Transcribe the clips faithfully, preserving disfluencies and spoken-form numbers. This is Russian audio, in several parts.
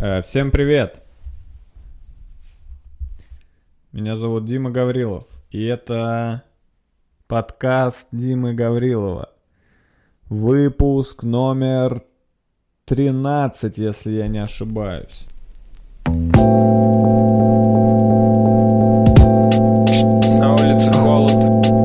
Э, всем привет! Меня зовут Дима Гаврилов, и это подкаст Димы Гаврилова. Выпуск номер тринадцать, если я не ошибаюсь. На улице холод.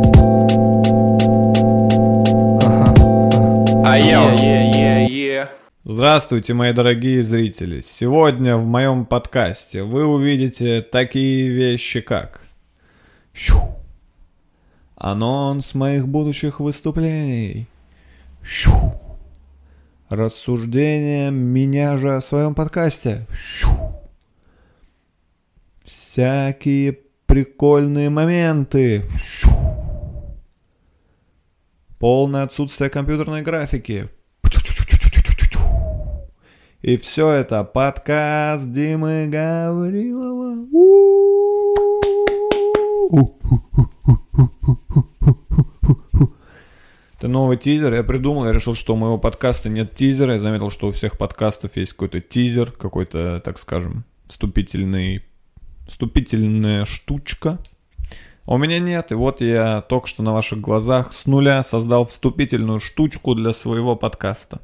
Ага. А я е-е-е-е. Здравствуйте, мои дорогие зрители. Сегодня в моем подкасте вы увидите такие вещи, как Щу. Анонс моих будущих выступлений. Щу. Рассуждение меня же о своем подкасте. Щу. Всякие прикольные моменты. Щу. Полное отсутствие компьютерной графики. И все это подкаст Димы Гаврилова. Это новый тизер. Я придумал, я решил, что у моего подкаста нет тизера. Я заметил, что у всех подкастов есть какой-то тизер, какой-то, так скажем, вступительный, вступительная штучка. А у меня нет. И вот я только что на ваших глазах с нуля создал вступительную штучку для своего подкаста.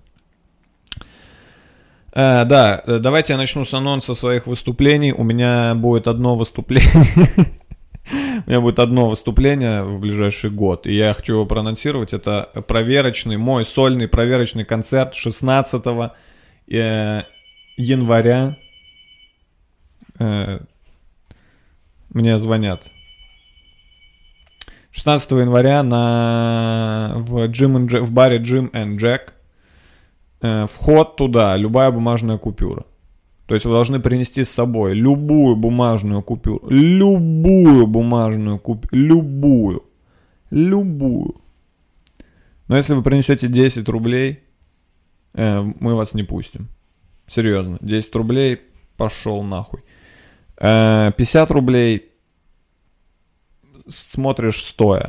А, да, давайте я начну с анонса своих выступлений. У меня будет одно выступление. У меня будет одно выступление в ближайший год. И я хочу его проанонсировать. Это проверочный, мой сольный проверочный концерт шестнадцатого января. Мне звонят. шестнадцатого января на, в, Jim and Jack, в баре Jim and Jack. Вход туда, любая бумажная купюра. То есть вы должны принести с собой любую бумажную купюру. Любую бумажную купюру. Любую. Любую. Но если вы принесете десять рублей, э, мы вас не пустим. Серьезно. десять рублей пошел нахуй. Э, пятьдесят рублей смотришь стоя.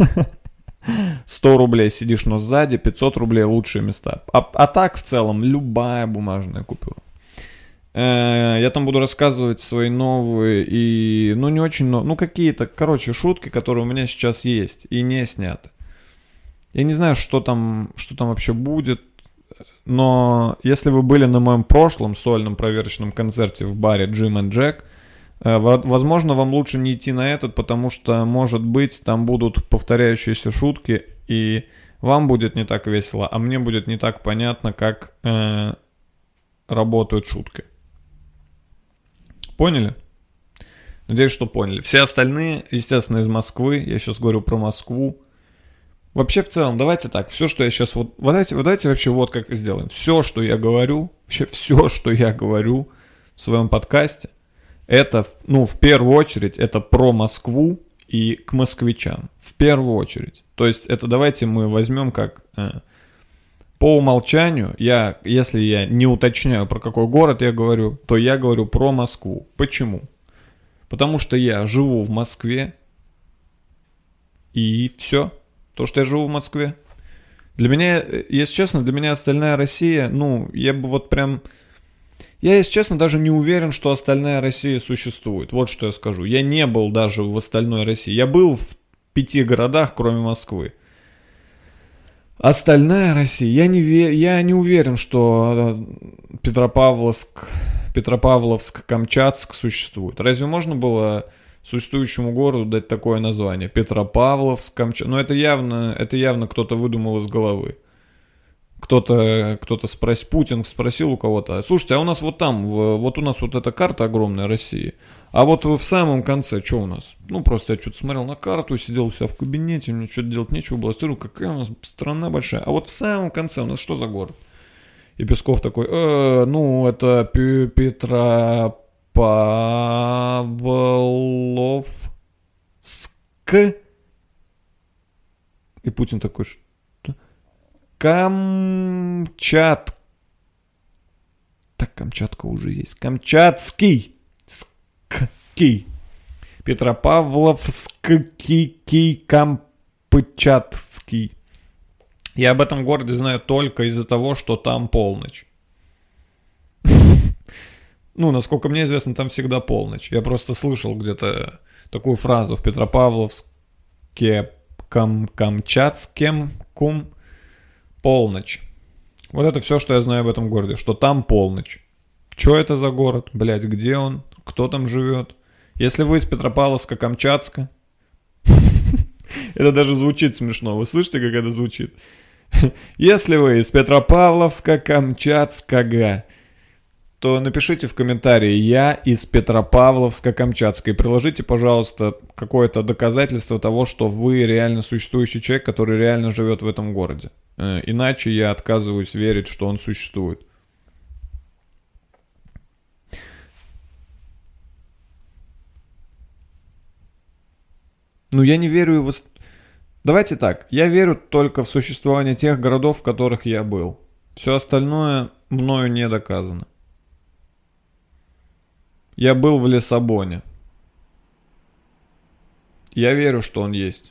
сто рублей сидишь, но сзади, пятьсот рублей лучшие места. А, а так, в целом, любая бумажная купюра. Э, я там буду рассказывать свои новые и, ну, не очень, но, ну, какие-то, короче, шутки, которые у меня сейчас есть и не сняты. Я не знаю, что там, что там вообще будет, но если вы были на моем прошлом сольном проверочном концерте в баре Jim and Jack, возможно, вам лучше не идти на этот, потому что, может быть, там будут повторяющиеся шутки, и вам будет не так весело, а мне будет не так понятно, как э, работают шутки. Поняли? Надеюсь, что поняли. Все остальные, естественно, из Москвы. Я сейчас говорю про Москву. Вообще, в целом, давайте так. Все, что я сейчас... Вот, вот давайте, вот давайте вообще вот как сделаем. Все, что я говорю, вообще все, что я говорю в своем подкасте, это, ну, в первую очередь, это про Москву и к москвичам. В первую очередь. То есть, это давайте мы возьмем как... Э, по умолчанию, я, если я не уточняю, про какой город я говорю, то я говорю про Москву. Почему? Потому что я живу в Москве, и все. То, что я живу в Москве. Для меня, если честно, для меня остальная Россия, ну, я бы вот прям... Я, если честно, даже не уверен, что остальная Россия существует. Вот что я скажу. Я не был даже в остальной России. Я был в пяти городах, кроме Москвы. Остальная Россия, я не, ве... я не уверен, что Петропавловск, Петропавловск, Камчатск существует. Разве можно было существующему городу дать такое название? Петропавловск, Камчатск. Но это явно, это явно кто-то выдумал из головы. Кто-то, кто-то спросил, Путин спросил у кого-то: слушайте, а у нас вот там, вот у нас вот эта карта огромная России, а вот в самом конце, что у нас? Ну, просто я что-то смотрел на карту, сидел у себя в кабинете, мне что-то делать нечего было, смотрю, какая у нас страна большая, а вот в самом конце у нас что за город? И Песков такой: э, ну, это П- Петропавловск. И Путин такой: что? Камчатка. Так, Камчатка уже есть. Камчатский. Ский. Петропавловский. Камчатский. Я об этом городе знаю только из-за того, что там полночь. Ну, насколько мне известно, там всегда полночь. Я просто слышал где-то такую фразу в Петропавловске, Кам, Камчатском, Кум, полночь. Вот это все, что я знаю об этом городе, что там полночь. Что это за город, блядь, где он, кто там живет? Если вы из Петропавловска-Камчатска, это даже звучит смешно, вы слышите, как это звучит? Если вы из Петропавловска-Камчатского, то напишите в комментарии «Я из Петропавловска-Камчатска» и приложите, пожалуйста, какое-то доказательство того, что вы реально существующий человек, который реально живет в этом городе. Иначе я отказываюсь верить, что он существует. Ну, я не верю в... Давайте так, я верю только в существование тех городов, в которых я был. Все остальное мною не доказано. Я был в Лиссабоне. Я верю, что он есть.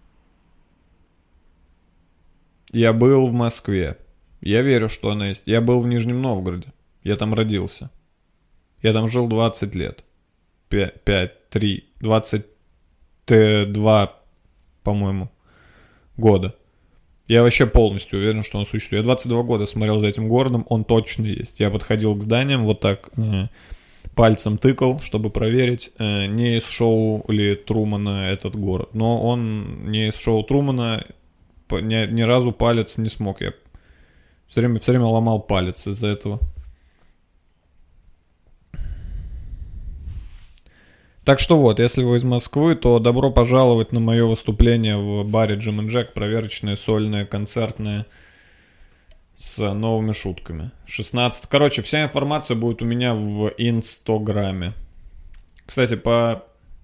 Я был в Москве. Я верю, что она есть. Я был в Нижнем Новгороде. Я там родился. Я там жил двадцать лет. пять, три, двадцать два, по-моему, года. Я вообще полностью уверен, что он существует. Я двадцать два года смотрел за этим городом, он точно есть. Я подходил к зданиям, вот так э, пальцем тыкал, чтобы проверить, э, не из шоу ли Трумана этот город. Но он не из шоу Трумана, ни, ни разу палец не смог. Я все время, все время ломал палец из-за этого. Так что вот, если вы из Москвы, то добро пожаловать на мое выступление в баре Jim and Jack, проверочное, сольное, концертное, с новыми шутками. шестнадцать. Короче, вся информация будет у меня в Инстаграме. Кстати, по...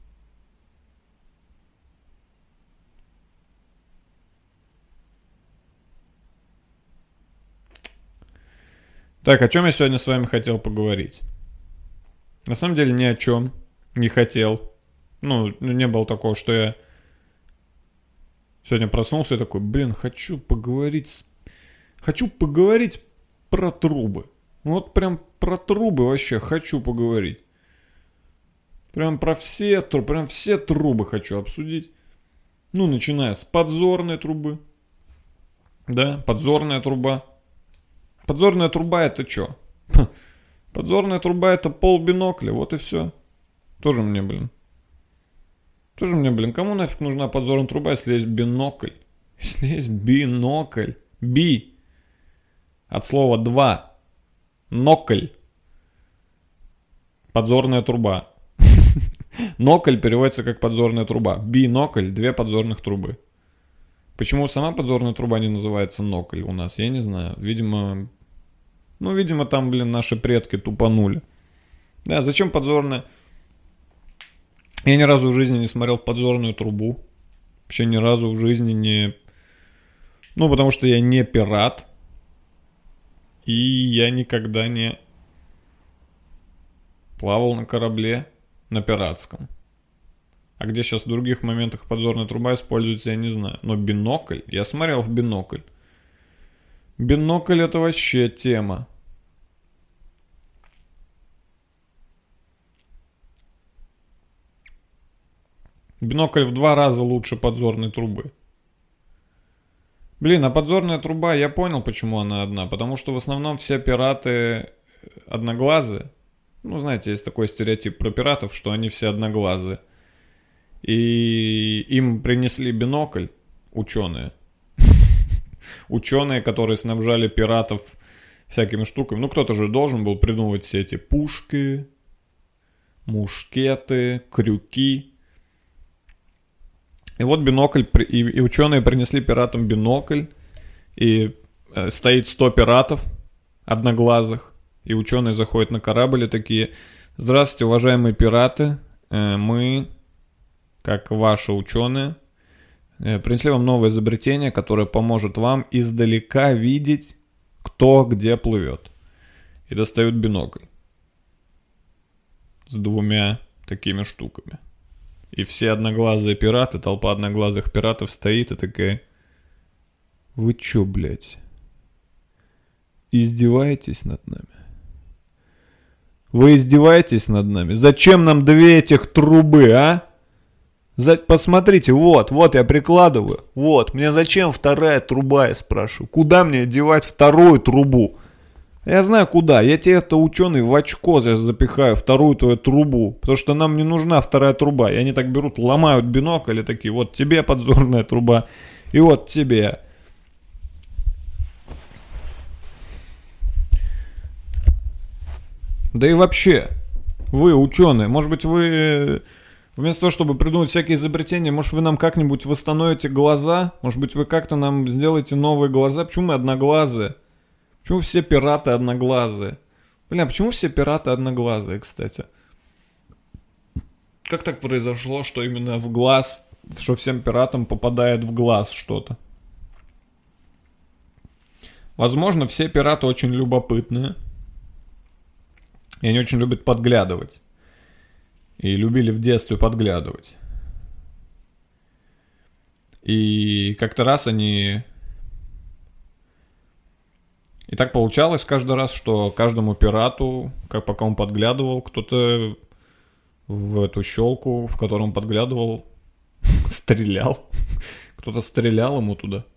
Так, о чем я сегодня с вами хотел поговорить? На самом деле ни о чем. Не хотел. Ну, не было такого, что я сегодня проснулся и такой, блин, хочу поговорить с... Хочу поговорить про трубы. Вот прям про трубы вообще хочу поговорить. Прям про все трубы, прям все трубы хочу обсудить. Ну, начиная с подзорной трубы. Да, подзорная труба. Подзорная труба это что? Подзорная труба это полбинокля, вот и все. Тоже мне, блин. Тоже мне, блин, кому нафиг нужна подзорная труба, если есть бинокль? Если есть бинокль. Би. От слова два. Нокль. Подзорная труба. Нокль переводится как подзорная труба. Бинокль, две подзорных трубы. Почему сама подзорная труба не называется нокль у нас, я не знаю. Видимо... Ну, видимо, там, блин, наши предки тупанули. Да, зачем подзорная... Я ни разу в жизни не смотрел в подзорную трубу. Вообще ни разу в жизни не... Ну, потому что я не пират. И я никогда не плавал на корабле на пиратском. А где сейчас в других моментах подзорная труба используется, я не знаю. Но бинокль... Я смотрел в бинокль. Бинокль это вообще тема. Бинокль в два раза лучше подзорной трубы. Блин, а подзорная труба, я понял, почему она одна. Потому что в основном все пираты одноглазые. Ну, знаете, есть такой стереотип про пиратов, что они все одноглазые. И им принесли бинокль ученые. Ученые, которые снабжали пиратов всякими штуками. Ну, кто-то же должен был придумывать все эти пушки, мушкеты, крюки. И вот бинокль, и, и ученые принесли пиратам бинокль, и э, стоит сто пиратов одноглазых, и ученые заходят на корабль и такие: здравствуйте, уважаемые пираты, э, мы, как ваши ученые, э, принесли вам новое изобретение, которое поможет вам издалека видеть, кто где плывет. И достают бинокль с двумя такими штуками. И все одноглазые пираты, толпа одноглазых пиратов стоит и такая: вы чё, блядь, издеваетесь над нами? Вы издеваетесь над нами? Зачем нам две этих трубы, а? За... Посмотрите, вот, вот я прикладываю. Вот, мне зачем вторая труба, я спрашиваю. Куда мне девать вторую трубу? Я знаю куда. Я тебе, это ученый, в очко запихаю вторую твою трубу. Потому что нам не нужна вторая труба. И они так берут, ломают бинокль и такие, вот тебе подзорная труба. И вот тебе. Да и вообще, вы, ученые, может быть, вы вместо того, чтобы придумать всякие изобретения, может, вы нам как-нибудь восстановите глаза? Может быть, вы как-то нам сделаете новые глаза? Почему мы одноглазые? Почему все пираты одноглазые? Бля, почему все пираты одноглазые, кстати? Как так произошло, что именно в глаз, что всем пиратам попадает в глаз что-то? Возможно, все пираты очень любопытные. И они очень любят подглядывать. И любили в детстве подглядывать. И как-то раз они... И так получалось каждый раз, что каждому пирату, как пока он подглядывал, кто-то в эту щелку, в которую он подглядывал, стрелял. Кто-то стрелял ему туда.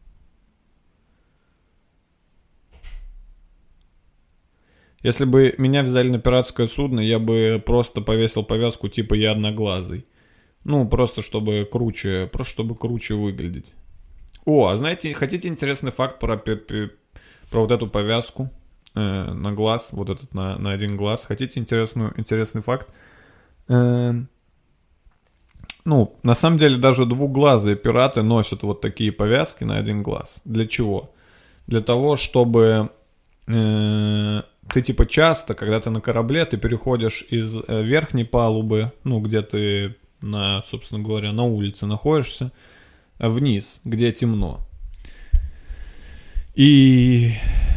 Если бы меня взяли на пиратское судно, я бы просто повесил повязку типа «я одноглазый». Ну, просто чтобы круче, просто чтобы круче выглядеть. О, а знаете, хотите интересный факт про, про вот эту повязку э, на глаз, вот этот на, на один глаз? Хотите интересную, интересный факт? Э, ну, на самом деле даже двуглазые пираты носят вот такие повязки на один глаз. Для чего? Для того, чтобы... Э, ты типа часто, когда ты на корабле, ты переходишь из э, верхней палубы, ну, где ты, на, собственно говоря, на улице находишься, вниз, где темно. И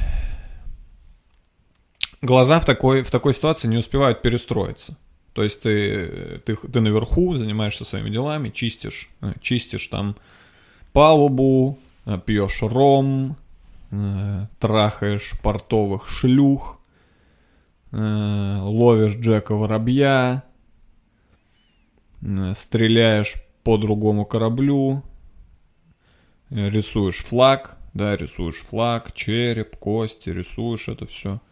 глаза в такой, в такой ситуации не успевают перестроиться. То есть ты, ты, ты наверху, занимаешься своими делами, чистишь, чистишь там палубу, пьешь ром, трахаешь портовых шлюх, ловишь Джека Воробья, стреляешь по другому кораблю, рисуешь флаг, да, рисуешь флаг, череп, кости, рисуешь это все.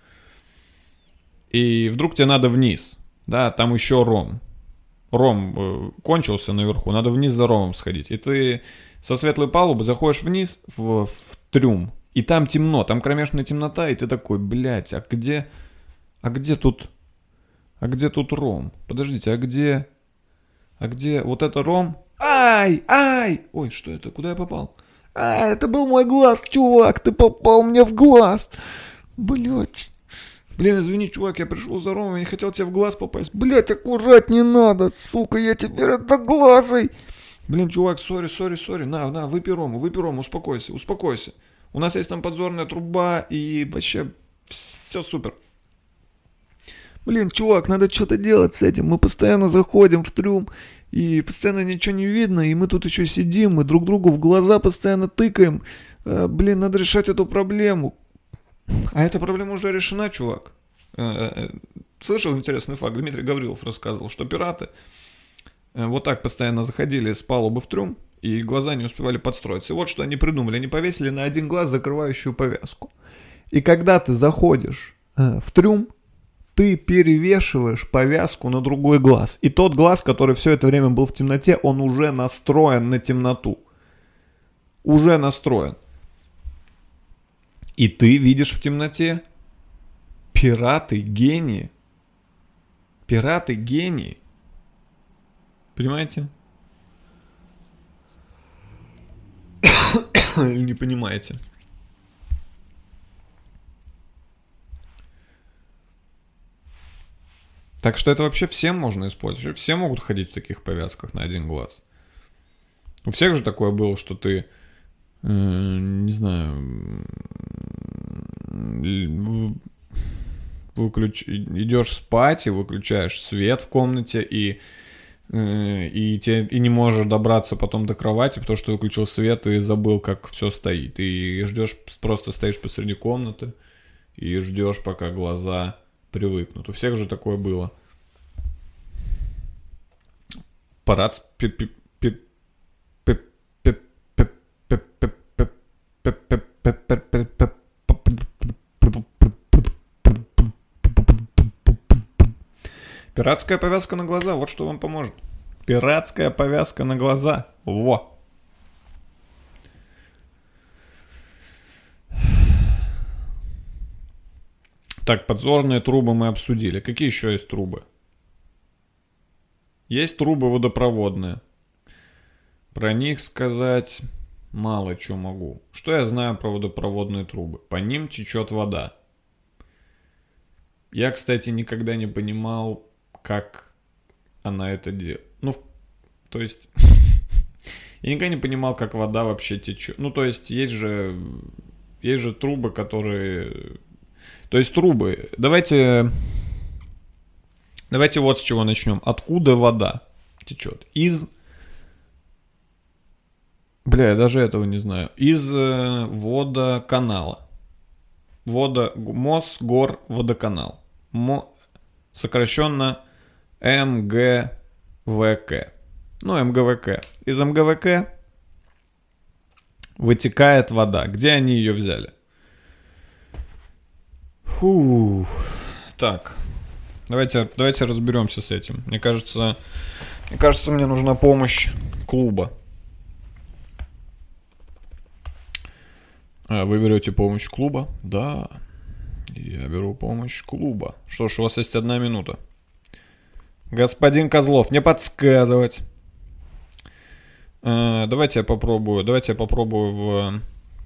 И вдруг тебе надо вниз, да, там еще ром. Ром э, кончился наверху, надо вниз за ромом сходить. И ты со светлой палубы заходишь вниз в, в трюм, и там темно, там кромешная темнота, и ты такой, блядь, а где, а где тут, а где тут ром? Подождите, а где, а где, вот это ром? Ай, ай, ой, что это, куда я попал? А, это был мой глаз, чувак, ты попал мне в глаз, блядь. Блин, извини, чувак, я пришел за ромом, я не хотел тебе в глаз попасть. Блядь, аккуратнее надо, сука, я теперь одноглазый. Блин, чувак, сори, сори, сори, на, на, выпей рому, выпей рому, успокойся, успокойся. У нас есть там подзорная труба и вообще все супер. Блин, чувак, надо что-то делать с этим. Мы постоянно заходим в трюм и постоянно ничего не видно. И мы тут еще сидим, мы друг другу в глаза постоянно тыкаем. А, блин, надо решать эту проблему. А эта проблема уже решена, чувак. А, слышал интересный факт? Дмитрий Гаврилов рассказывал, что пираты вот так постоянно заходили с палубы в трюм. И глаза не успевали подстроиться. И вот что они придумали. Они повесили на один глаз закрывающую повязку. И когда ты заходишь э, в трюм, ты перевешиваешь повязку на другой глаз. И тот глаз, который все это время был в темноте, он уже настроен на темноту. Уже настроен. И ты видишь в темноте. Пираты гении. Пираты гении. Понимаете? Или не понимаете? Так что это вообще всем можно использовать. Все могут ходить в таких повязках на один глаз. У всех же такое было, что ты, э, не знаю, выключ... идешь спать и выключаешь свет в комнате и И, те, и не можешь добраться потом до кровати, потому что выключил свет и забыл, как все стоит. И ждешь, просто стоишь посреди комнаты и ждешь, пока глаза привыкнут. У всех же такое было. Парад... Пиратская повязка на глаза, вот что вам поможет. Пиратская повязка на глаза. Во. Так, подзорные трубы мы обсудили. Какие еще есть трубы? Есть трубы водопроводные. Про них сказать мало чего могу. Что я знаю про водопроводные трубы? По ним течет вода. Я, кстати, никогда не понимал, как она это делает. Ну, то есть... Я никогда не понимал, как вода вообще течет. Ну, то есть, есть же... Есть же трубы, которые... То есть, трубы... Давайте... Давайте вот с чего начнем. Откуда вода течет? Из... Бля, я даже этого не знаю. Из э, водоканала. Водо... Мосгорводоканал. Мо... Сокращенно эм гэ вэ ка. Ну, эм гэ вэ ка. Из эм гэ вэ ка вытекает вода. Где они ее взяли? Фух. Так. Давайте, давайте разберемся с этим. Мне кажется, мне кажется, мне нужна помощь клуба. А, вы берете помощь клуба? Да. Я беру помощь клуба. Что ж, у вас есть одна минута. Господин Козлов, не подсказывать. А, давайте я попробую. Давайте я попробую в,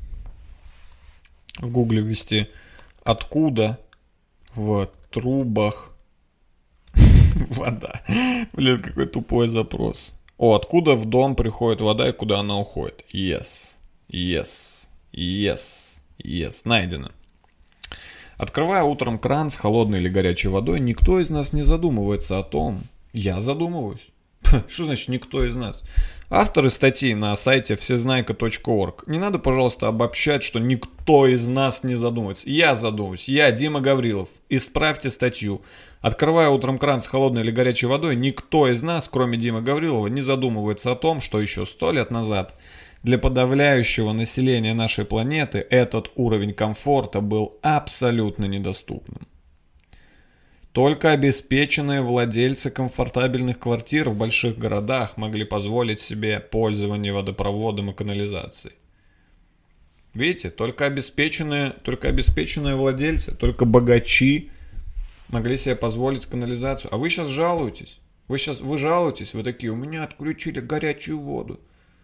в гугле ввести, откуда в трубах вода. Блин, какой тупой запрос. О, откуда в дом приходит вода и куда она уходит? Yes. Yes. Yes. Yes. Найдено. Открывая утром кран с холодной или горячей водой, никто из нас не задумывается о том... Я задумываюсь. Что значит никто из нас? Авторы статьи на сайте всезнайка точка орг. Не надо, пожалуйста, обобщать, что никто из нас не задумывается. Я задумываюсь. Я, Дима Гаврилов. Исправьте статью. Открывая утром кран с холодной или горячей водой, никто из нас, кроме Димы Гаврилова, не задумывается о том, что еще сто лет назад для подавляющего населения нашей планеты этот уровень комфорта был абсолютно недоступным. Только обеспеченные владельцы комфортабельных квартир в больших городах могли позволить себе пользование водопроводом и канализацией. Видите, только обеспеченные, только обеспеченные владельцы, только богачи могли себе позволить канализацию. А вы сейчас жалуетесь. Вы сейчас вы жалуетесь, вы такие, у меня отключили горячую воду.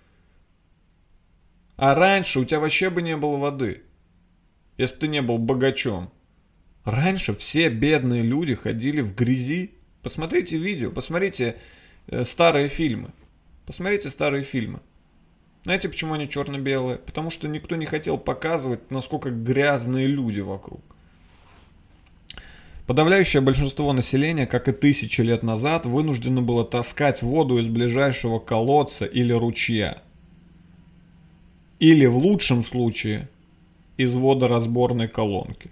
А раньше у тебя вообще бы не было воды, если бы ты не был богачом. Раньше все бедные люди ходили в грязи. Посмотрите видео, посмотрите э, старые фильмы. Посмотрите старые фильмы. Знаете, почему они черно-белые? Потому что никто не хотел показывать, насколько грязные люди вокруг. Подавляющее большинство населения, как и тысячи лет назад, вынуждено было таскать воду из ближайшего колодца или ручья. Или, в лучшем случае, из водоразборной колонки.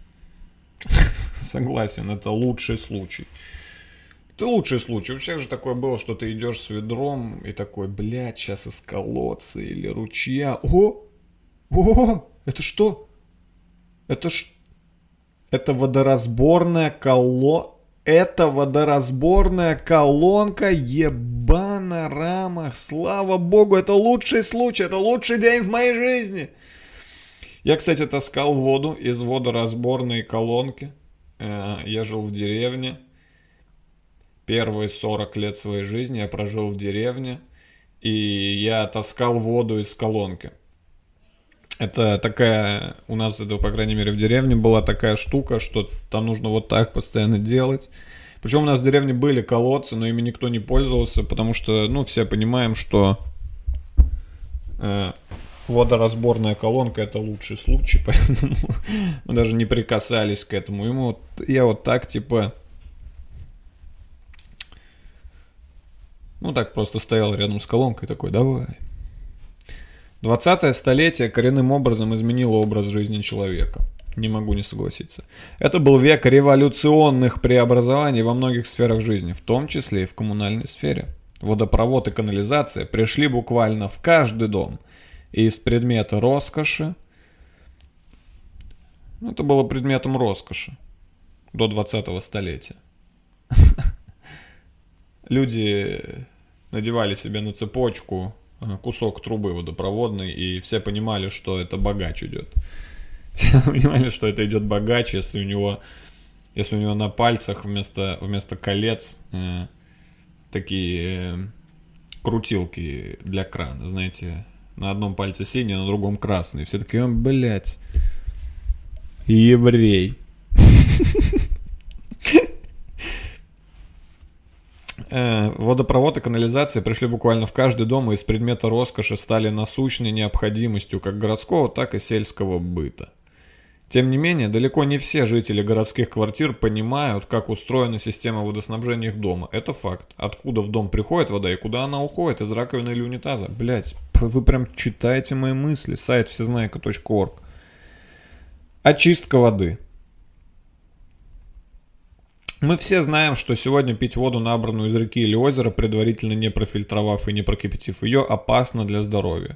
Согласен, это лучший случай. Это лучший случай. У всех же такое было, что ты идешь с ведром и такой, блядь, сейчас из колодца или ручья. О! О! Это что? Это ж... Это водоразборная коло... Это водоразборная колонка, ебана рамах. Слава богу, это лучший случай, это лучший день в моей жизни. Я, кстати, таскал воду из водоразборной колонки. Я жил в деревне. Первые сорок лет своей жизни я прожил в деревне. И я таскал воду из колонки. Это такая... У нас, это, по крайней мере, в деревне была такая штука, что там нужно вот так постоянно делать. Причем у нас в деревне были колодцы, но ими никто не пользовался, потому что, ну, все понимаем, что... Э, водоразборная колонка — это лучший случай, поэтому мы даже не прикасались к этому. Ему вот, я вот так, типа... Ну, так просто стоял рядом с колонкой, такой, давай. двадцатое столетие коренным образом изменило образ жизни человека. Не могу не согласиться. Это был век революционных преобразований во многих сферах жизни, в том числе и в коммунальной сфере. Водопровод и канализация пришли буквально в каждый дом. И из предмета роскоши... Ну, это было предметом роскоши до двадцатого столетия. Люди надевали себе на цепочку кусок трубы водопроводной, и все понимали, что это богач идет. Все понимали, что это идет богач, если у него, если у него на пальцах вместо, вместо колец э, такие э, крутилки для крана, знаете, на одном пальце синий, на другом красный. Все такие, блядь, еврей. Водопровод и канализация пришли буквально в каждый дом и из предмета роскоши стали насущной необходимостью как городского, так и сельского быта. Тем не менее, далеко не все жители городских квартир понимают, как устроена система водоснабжения их дома. Это факт. Откуда в дом приходит вода и куда она уходит, из раковины или унитаза. Блять, вы прям читаете мои мысли. Сайт всезнайка точка орг. Очистка воды. Мы все знаем, что сегодня пить воду, набранную из реки или озера, предварительно не профильтровав и не прокипятив ее, опасно для здоровья.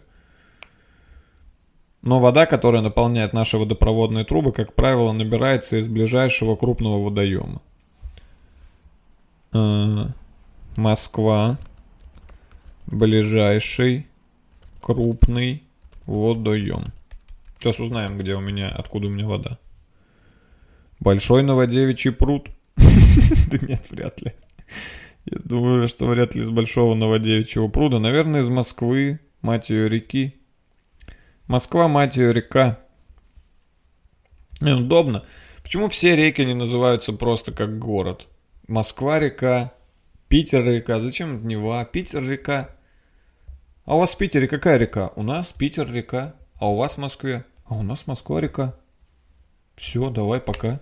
Но вода, которая наполняет наши водопроводные трубы, как правило, набирается из ближайшего крупного водоема. Москва. Ближайший крупный водоем. Сейчас узнаем, где у меня, откуда у меня вода. Большой Новодевичий пруд. Да нет, вряд ли. Я думаю, что вряд ли из Большого Новодевичьего пруда. Наверное, из Москвы, мать ее, реки. Москва, мать ее, река. Удобно. Почему все реки не называются просто как город? Москва, река. Питер, река. Зачем это Нева? Питер, река. А у вас в Питере какая река? У нас Питер, река. А у вас в Москве? А у нас Москва, река. Все, давай, пока.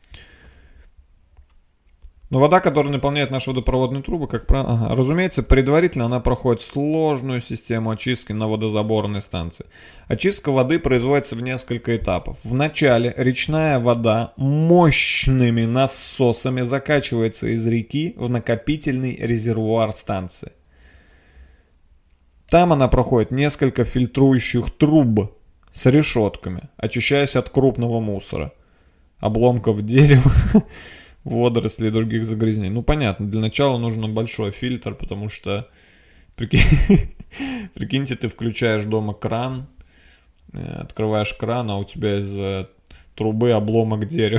Но вода, которая наполняет наши водопроводные трубы, как правило, ага, разумеется, предварительно она проходит сложную систему очистки на водозаборной станции. Очистка воды производится в несколько этапов. Вначале речная вода мощными насосами закачивается из реки в накопительный резервуар станции. Там она проходит несколько фильтрующих труб с решетками, очищаясь от крупного мусора, обломков дерева, водорослей и других загрязнений. Ну, понятно, для начала нужен большой фильтр, потому что, прикинь, прикиньте, ты включаешь дома кран, открываешь кран, а у тебя из трубы обломок дерева.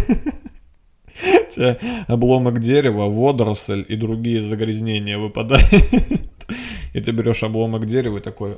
У тебя обломок дерева, водоросль и другие загрязнения выпадают. И ты берешь обломок дерева и такой...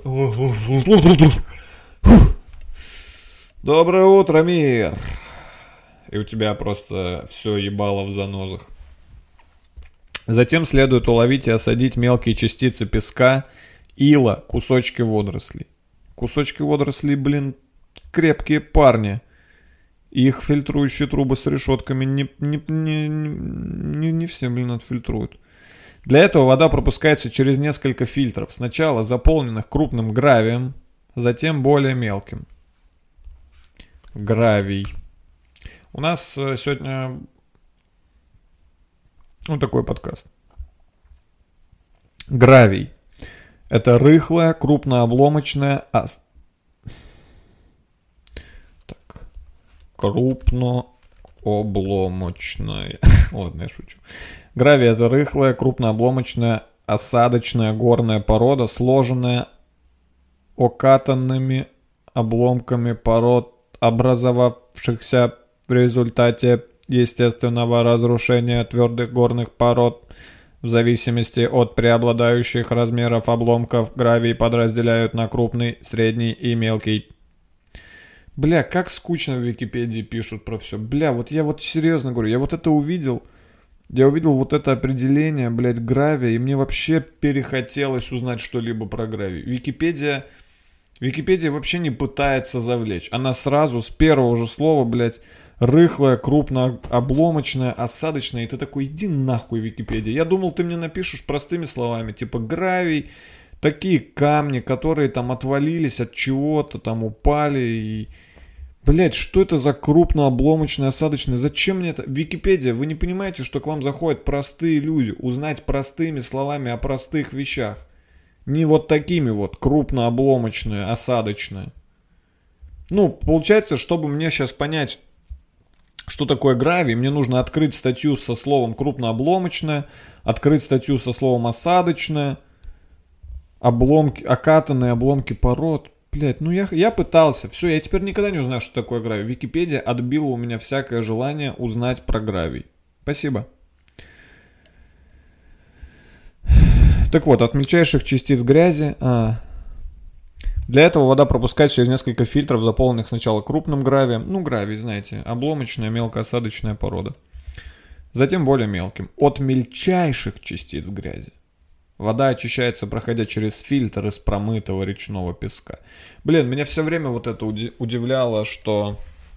Доброе утро, мир! И у тебя просто все ебало в занозах. Затем следует уловить и осадить мелкие частицы песка, ила, кусочки водорослей. Кусочки водорослей, блин, крепкие парни. Их фильтрующие трубы с решетками не, не, не, не, не все, блин, отфильтруют. Для этого вода пропускается через несколько фильтров. Сначала заполненных крупным гравием, затем более мелким. Гравий. У нас сегодня вот такой подкаст. Гравий. Это рыхлая, крупнообломочная... Ас... Так. Крупнообломочная... Ладно, я шучу. Гравий — это рыхлая, крупнообломочная, осадочная горная порода, сложенная окатанными обломками пород, образовавшихся в результате естественного разрушения твердых горных пород. В зависимости от преобладающих размеров обломков гравий подразделяют на крупный, средний и мелкий. Бля, как скучно в Википедии пишут про все. Бля, вот я вот серьезно говорю, я вот это увидел. Я увидел вот это определение, блядь, гравия, и мне вообще перехотелось узнать что-либо про гравий. Википедия... Википедия вообще не пытается завлечь. Она сразу с первого же слова, блядь, рыхлая, крупнообломочная, осадочная. И ты такой, иди нахуй, Википедия. Я думал, ты мне напишешь простыми словами. Типа гравий, такие камни, которые там отвалились от чего-то, там упали и Блять, что это за крупнообломочное осадочное? Зачем мне это? Википедия, вы не понимаете, что к вам заходят простые люди, узнать простыми словами о простых вещах. Не вот такими вот, крупнообломочное, осадочное. Ну, получается, чтобы мне сейчас понять, что такое гравий, мне нужно открыть статью со словом крупнообломочное, открыть статью со словом осадочное, обломки, окатанные обломки пород. Блять, ну я, я пытался. Все, я теперь никогда не узнаю, что такое гравий. Википедия отбила у меня всякое желание узнать про гравий. Спасибо. Так вот, от мельчайших частиц грязи... А, для этого вода пропускает через несколько фильтров, заполненных сначала крупным гравием. Ну, гравий, знаете, обломочная мелкоосадочная порода. Затем более мелким. От мельчайших частиц грязи вода очищается, проходя через фильтр из промытого речного песка. Блин, меня все время вот это удивляло, что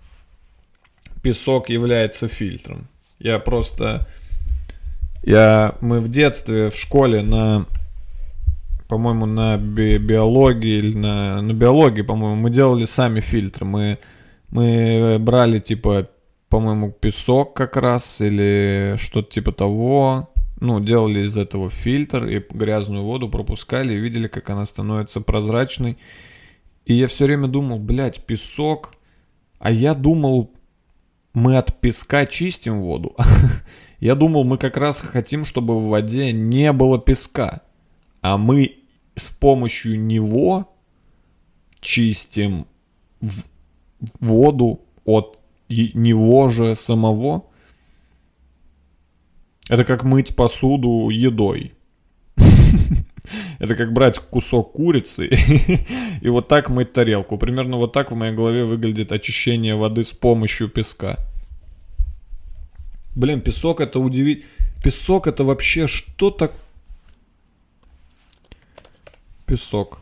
песок является фильтром. Я просто... Я... Мы в детстве в школе на... По-моему, на би- биологии или на... На биологии, по-моему, мы делали сами фильтры. Мы, мы брали, типа, по-моему, песок как раз или что-то типа того... Ну, делали из этого фильтр и грязную воду пропускали и видели, как она становится прозрачной. И я все время думал, блядь, песок. А я думал, мы от песка чистим воду. Я думал, мы как раз хотим, чтобы в воде не было песка. А мы с помощью него чистим воду от него же самого. Это как мыть посуду едой. Это как брать кусок курицы и вот так мыть тарелку. Примерно вот так в моей голове выглядит очищение воды с помощью песка. Блин, песок это удивительно. Песок это вообще что так... Песок.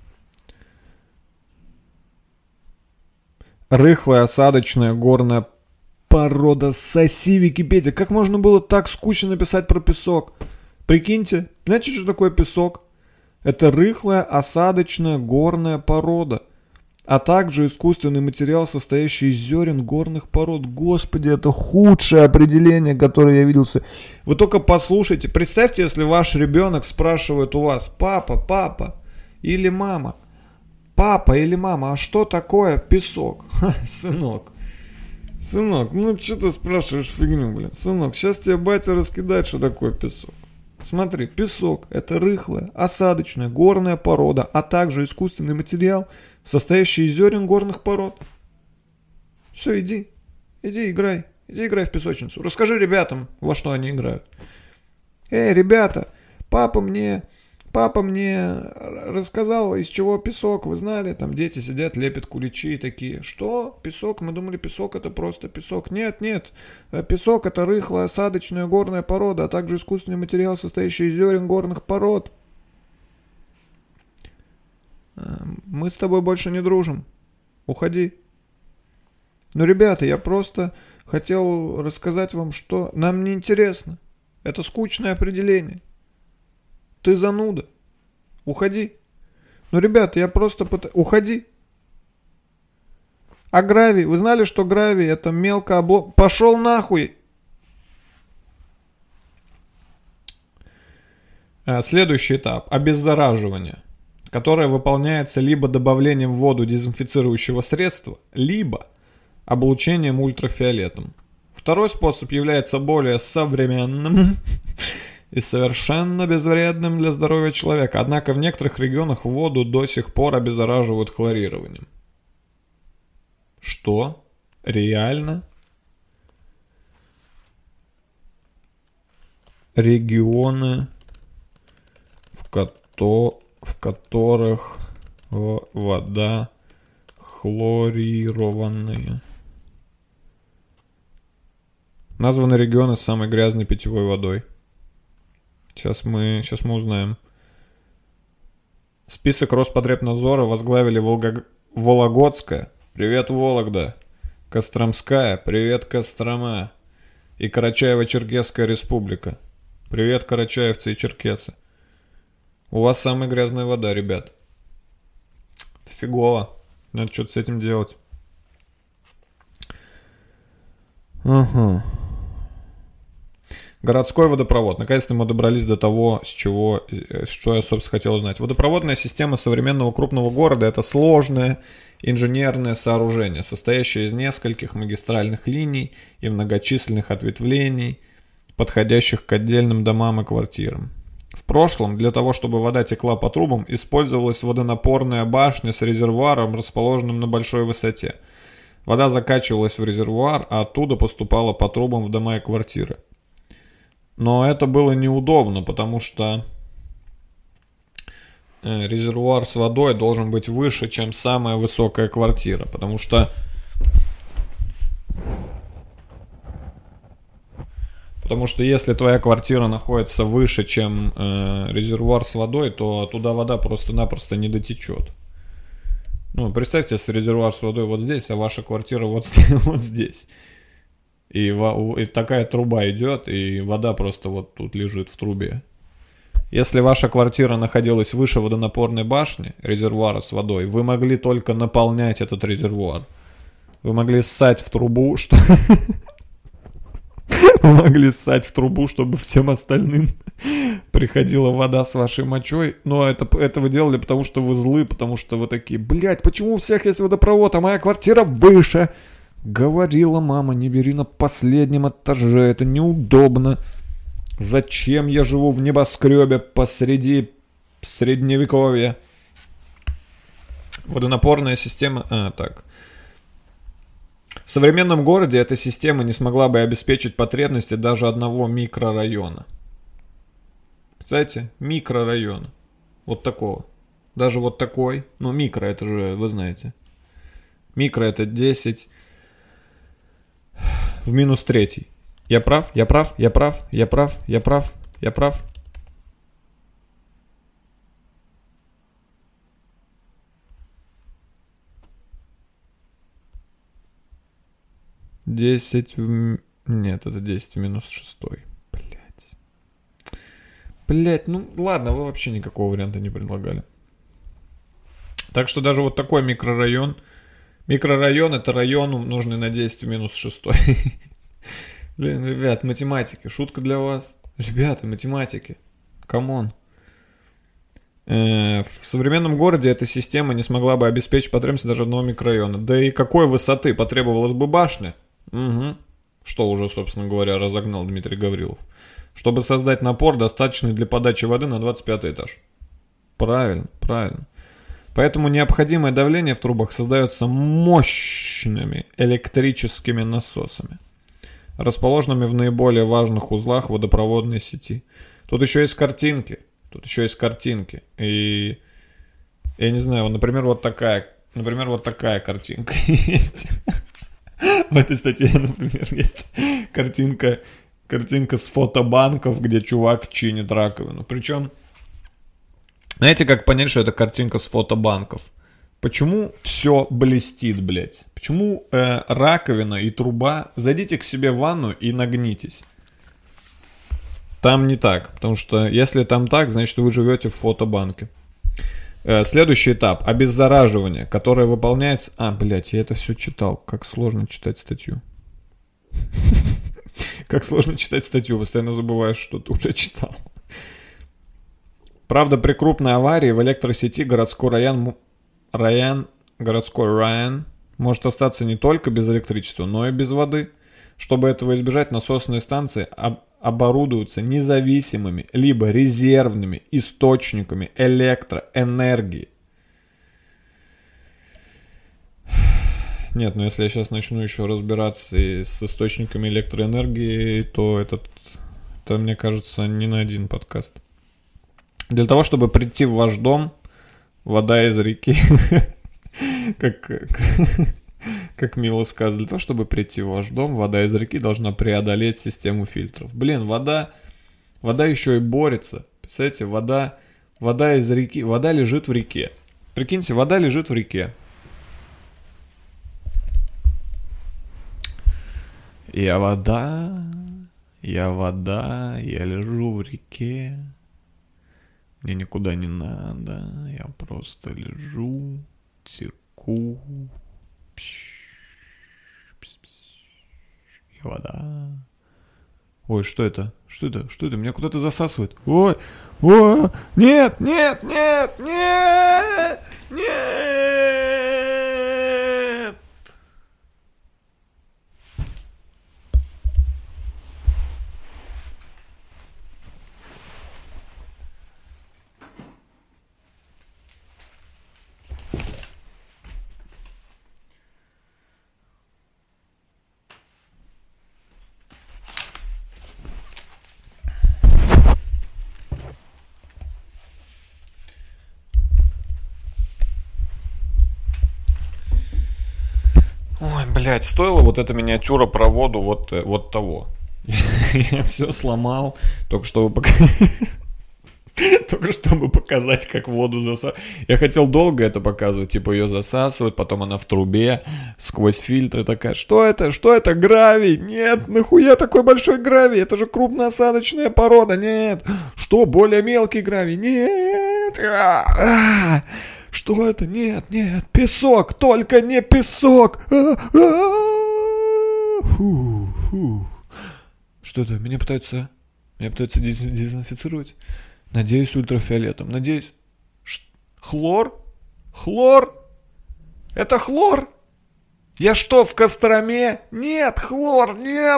Рыхлая осадочная горная порода. Соси Википедия. Как можно было так скучно написать про песок? Прикиньте, знаете, что такое песок? Это рыхлая осадочная горная порода, а также искусственный материал, состоящий из зерен горных пород. Господи, это худшее определение, которое я видел. Вы только послушайте. Представьте, если ваш ребенок спрашивает у вас: папа, папа или мама, папа или мама, а что такое песок? Ха, сынок. Сынок, ну что ты спрашиваешь фигню, блин? Сынок, сейчас тебе батя раскидает, что такое песок. Смотри, песок – это рыхлая, осадочная, горная порода, а также искусственный материал, состоящий из зерен горных пород. Все, иди, иди играй, иди играй в песочницу. Расскажи ребятам, во что они играют. Эй, ребята, папа мне... Папа мне рассказал, из чего песок, вы знали, там дети сидят, лепят куличи такие. Что? Песок? Мы думали, песок это просто песок. Нет, нет, песок это рыхлая, осадочная горная порода, а также искусственный материал, состоящий из зерен горных пород. Мы с тобой больше не дружим. Уходи. Ну, ребята, я просто хотел рассказать вам, что нам не интересно. Это скучное определение. Ты зануда. Уходи. Ну, ребята, я просто... Пыт... Уходи. А гравий? Вы знали, что гравий это мелко облом... Пошел нахуй! Следующий этап. Обеззараживание. Которое выполняется либо добавлением в воду дезинфицирующего средства, либо облучением ультрафиолетом. Второй способ является более современным и совершенно безвредным для здоровья человека. Однако в некоторых регионах воду до сих пор обеззараживают хлорированием. Что? Реально? Регионы, в, кото... в которых вода хлорированная. Названы регионы с самой грязной питьевой водой. Сейчас мы, сейчас мы узнаем. Список Роспотребнадзора возглавили Волго... Вологодская. Привет, Вологда. Костромская. Привет, Кострома. И Карачаево-Черкесская республика. Привет, карачаевцы и черкесы. У вас самая грязная вода, ребят. Это фигово. Надо что-то с этим делать. Ага. Городской водопровод. Наконец-то мы добрались до того, с чего, что я, собственно, хотел узнать. Водопроводная система современного крупного города – это сложное инженерное сооружение, состоящее из нескольких магистральных линий и многочисленных ответвлений, подходящих к отдельным домам и квартирам. В прошлом для того, чтобы вода текла по трубам, использовалась водонапорная башня с резервуаром, расположенным на большой высоте. Вода закачивалась в резервуар, а оттуда поступала по трубам в дома и квартиры. Но это было неудобно, потому что резервуар с водой должен быть выше, чем самая высокая квартира. Потому что Потому что если твоя квартира находится выше, чем э, резервуар с водой, то туда вода просто-напросто не дотечет. Ну, представьте, если резервуар с водой вот здесь, а ваша квартира вот, вот здесь. И, и такая труба идет, и вода просто вот тут лежит в трубе. Если ваша квартира находилась выше водонапорной башни, резервуара с водой, вы могли только наполнять этот резервуар. Вы могли ссать в трубу, что... Вы могли ссать в трубу, чтобы всем остальным приходила вода с вашей мочой. Но это, это вы делали, потому что вы злы, потому что вы такие: блять, почему у всех есть водопровод, а моя квартира выше? Говорила мама, не бери на последнем этаже, это неудобно. Зачем я живу в небоскребе посреди средневековья? Водонапорная система... А, так... В современном городе эта система не смогла бы обеспечить потребности даже одного микрорайона. Представляете? Микрорайона. Вот такого. Даже вот такой. Ну, микро, это же, вы знаете. Микро это десять в минус третий. Я прав? Я прав? Я прав? Я прав? Я прав? Я прав? десять в... Нет, это десять в минус шестой. Блять. Блять, ну ладно, вы вообще никакого варианта не предлагали. Так что даже вот такой микрорайон. Микрорайон — это район, умноженный на десять в минус шестой. Блин, ребят, математики. Шутка для вас. Ребята, математики. Камон. В современном городе эта система не смогла бы обеспечить потребности даже одного микрорайона. Да и какой высоты потребовалась бы башня? Угу. Что уже, собственно говоря, разогнал Дмитрий Гаврилов. Чтобы создать напор, достаточный для подачи воды на двадцать пятый этаж. Правильно, правильно. Поэтому необходимое давление в трубах создается мощными электрическими насосами, расположенными в наиболее важных узлах водопроводной сети. Тут еще есть картинки. Тут еще есть картинки. И я не знаю, например, вот такая, например, вот такая картинка есть. В этой статье, например, есть картинка, картинка с фотобанков, где чувак чинит раковину. Причем, знаете, как понять, что это картинка с фотобанков? Почему все блестит, блядь? Почему э, раковина и труба? Зайдите к себе в ванну и нагнитесь. Там не так, потому что если там так, значит вы живете в фотобанке. Э, следующий этап — обеззараживание, которое выполняется... А, блядь, я это все читал. Как сложно читать статью. Как сложно читать статью, постоянно забываешь, что ты уже читал. Правда, при крупной аварии в электросети городской район, район, городской район может остаться не только без электричества, но и без воды. Чтобы этого избежать, насосные станции об, оборудуются независимыми либо резервными источниками электроэнергии. Нет, ну если я сейчас начну еще разбираться и с источниками электроэнергии, то этот, это, мне кажется, не на один подкаст. Для того, чтобы прийти в ваш дом, вода из реки, как, как мило сказано, для того, чтобы прийти в ваш дом, вода из реки должна преодолеть систему фильтров. Блин, вода, вода еще и борется. Представляете, вода, вода из реки, вода лежит в реке. Прикиньте, вода лежит в реке. Я вода, я вода, я лежу в реке. Мне никуда не надо, я просто лежу, теку. вода. Ой, что это? Что это? Что это? Меня куда-то засасывает. Ой, ой, нет, нет, нет, нет, нет. Ой, блядь, стоила вот эта миниатюра про воду вот, вот того. Я все сломал, только чтобы показать. Только чтобы показать, как воду засасывать. Я хотел долго это показывать, типа ее засасывают, потом она в трубе, сквозь фильтры такая. Что это? Что это? Гравий? Нет, нахуя такой большой гравий? Это же крупноосадочная порода. Нет. Что? Более мелкий гравий? Нет. А-а-а! Что это? Нет, нет. Песок, только не песок. Фу, фу. Что это? Меня пытаются, меня пытаются дезинфицировать. Надеюсь, ультрафиолетом. Надеюсь. Ш- хлор? Хлор? Это хлор? Я что, в Костроме? Нет, хлор, нет.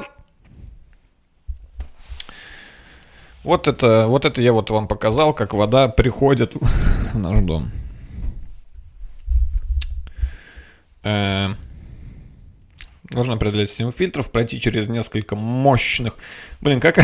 Вот это, вот это я вот вам показал, как вода приходит в наш дом. Э- Нужно определять систему фильтров, пройти через несколько мощных... Блин, как...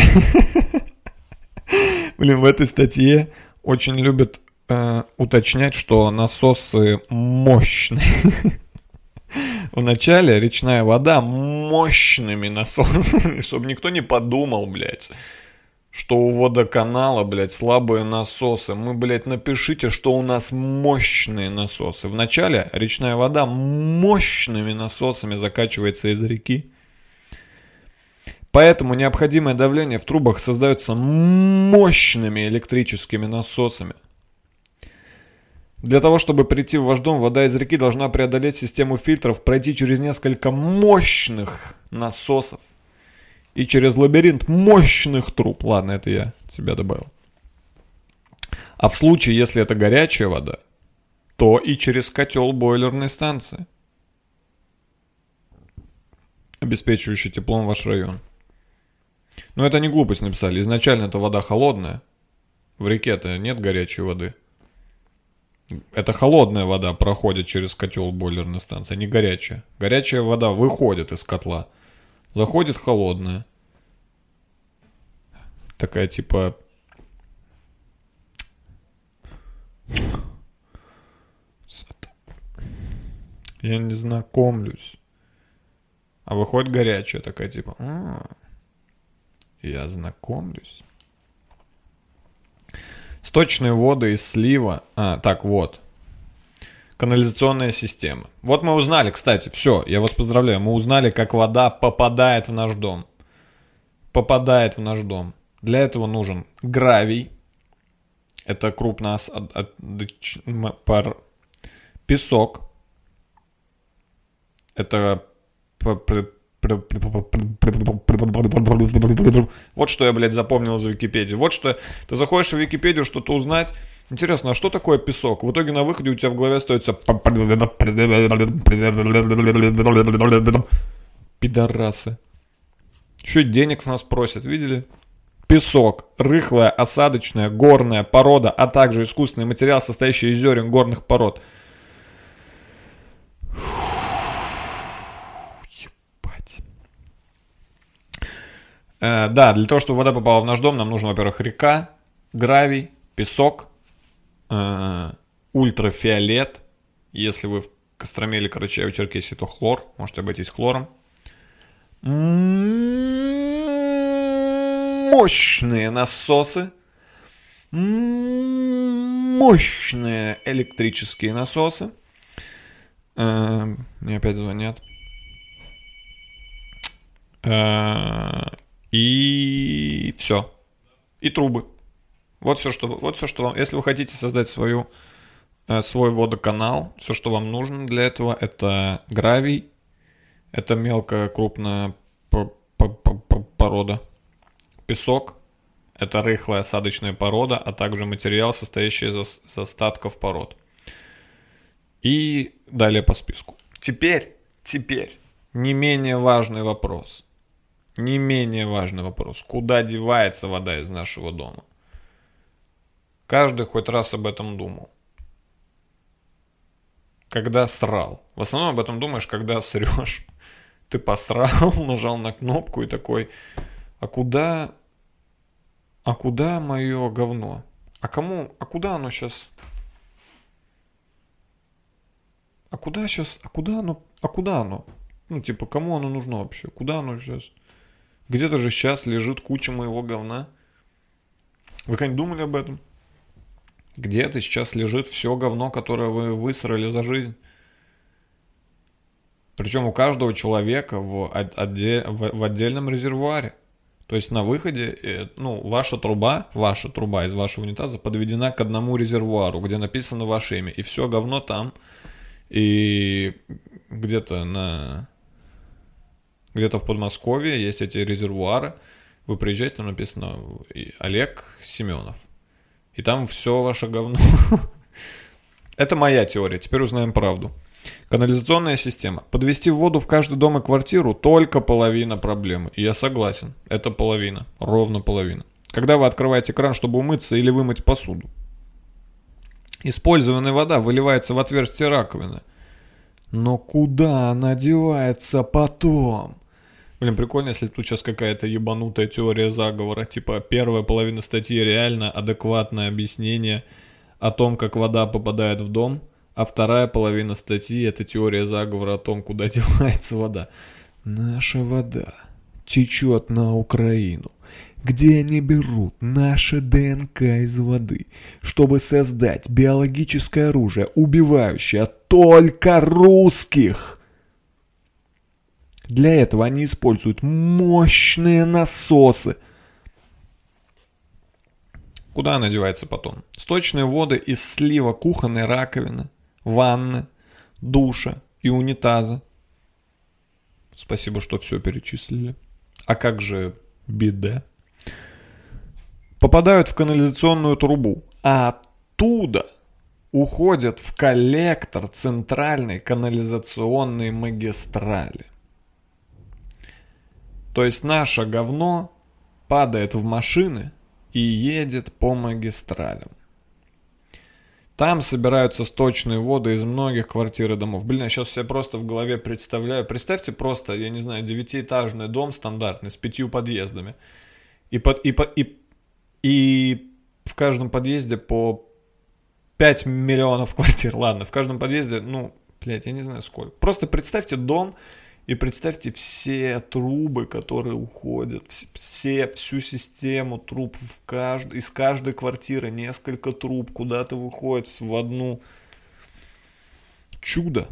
Блин, в этой статье очень любят э, уточнять, что насосы мощные. Вначале речная вода мощными насосами, чтобы никто не подумал, блядь, что у водоканала, блядь, слабые насосы. Мы, блядь, напишите, что у нас мощные насосы. Вначале речная вода мощными насосами закачивается из реки. Поэтому необходимое давление в трубах создается мощными электрическими насосами. Для того, чтобы прийти в ваш дом, вода из реки должна преодолеть систему фильтров, пройти через несколько мощных насосов и через лабиринт мощных труб. Ладно, это я себя добавил. А в случае, если это горячая вода, то и через котел бойлерной станции, обеспечивающий теплом ваш район. Но это не глупость написали. Изначально это вода холодная. В реке-то нет горячей воды. Это холодная вода проходит через котел бойлерной станции, а не горячая. Горячая вода выходит из котла. Заходит холодная. Такая типа... Я не знакомлюсь. А выходит горячая такая типа... А-а-а. Я знакомлюсь. Сточные воды из слива. А, так, вот. Канализационная система. Вот мы узнали, кстати, все, я вас поздравляю. Мы узнали, как вода попадает в наш дом. Попадает в наш дом. Для этого нужен гравий. Это крупно... Песок. Это... Вот что я, блядь, запомнил из Википедии. Вот что... Ты заходишь в Википедию что-то узнать. Интересно, а что такое песок? В итоге на выходе у тебя в голове остается... Пидорасы. Еще и денег с нас просят, видели? Песок. Рыхлая, осадочная, горная порода, а также искусственный материал, состоящий из зерен горных пород. Э, да, для того, чтобы вода попала в наш дом, нам нужно, во-первых, река, гравий, песок, э, ультрафиолет. Если вы в Костроме или Карачаево-Черкесии, то хлор. Можете обойтись хлором. Мощные насосы. Мощные электрические насосы. Э, мне опять звонят. Э, И все. И трубы. Вот все, что, вот все, что вам... Если вы хотите создать свою, э, свой водоканал, все, что вам нужно для этого, это гравий, это мелко, крупно порода. Песок – это рыхлая осадочная порода, а также материал, состоящий из, из остатков пород. И далее по списку. Теперь, теперь, не менее важный вопрос. Не менее важный вопрос. Куда девается вода из нашего дома? Каждый хоть раз об этом думал. Когда срал. В основном об этом думаешь, когда срешь. Ты посрал, нажал на кнопку и такой, а куда, а куда мое говно? А кому, а куда оно сейчас? А куда сейчас, а куда оно, а куда оно? Ну, типа, кому оно нужно вообще? Куда оно сейчас? Где-то же сейчас лежит куча моего говна. Вы когда-нибудь думали об этом? Где-то сейчас лежит все говно, которое вы высрали за жизнь. Причем у каждого человека в, отде- в, в отдельном резервуаре. То есть на выходе, ну, ваша труба, ваша труба из вашего унитаза подведена к одному резервуару, где написано ваше имя. И все говно там. И где-то на... Где-то в Подмосковье есть эти резервуары. Вы приезжаете, там написано Олег Семенов. И там все ваше говно. Это моя теория. Теперь узнаем правду. Канализационная система. Подвести воду в каждый дом и квартиру только половина проблемы. И я согласен. Это половина. Ровно половина. Когда вы открываете кран, чтобы умыться или вымыть посуду, использованная вода выливается в отверстие раковины. Но куда она девается потом? Блин, прикольно, если тут сейчас какая-то ебанутая теория заговора. Типа первая половина статьи реально адекватное объяснение о том, как вода попадает в дом. А вторая половина статьи — это теория заговора о том, куда девается вода. Наша вода течет на Украину, где они берут наше ДНК из воды, чтобы создать биологическое оружие, убивающее только русских. Для этого они используют мощные насосы. Куда она девается потом? Сточные воды из слива кухонной раковины, ванны, душа и унитаза. Спасибо, что все перечислили. А как же биде? Попадают в канализационную трубу, а оттуда уходят в коллектор центральной канализационной магистрали. То есть наше говно падает в машины и едет по магистралям. Там собираются сточные воды из многих квартир и домов. Блин, я сейчас себе просто в голове представляю. Представьте просто, я не знаю, девятиэтажный дом стандартный с пятью подъездами. И, под, и, и, и в каждом подъезде по пять миллионов квартир. Ладно, в каждом подъезде, ну, блядь, я не знаю сколько. Просто представьте дом и представьте все трубы, которые уходят. Все, всю систему труб в кажд... из каждой квартиры. Несколько труб куда-то выходят в одну. Чудо.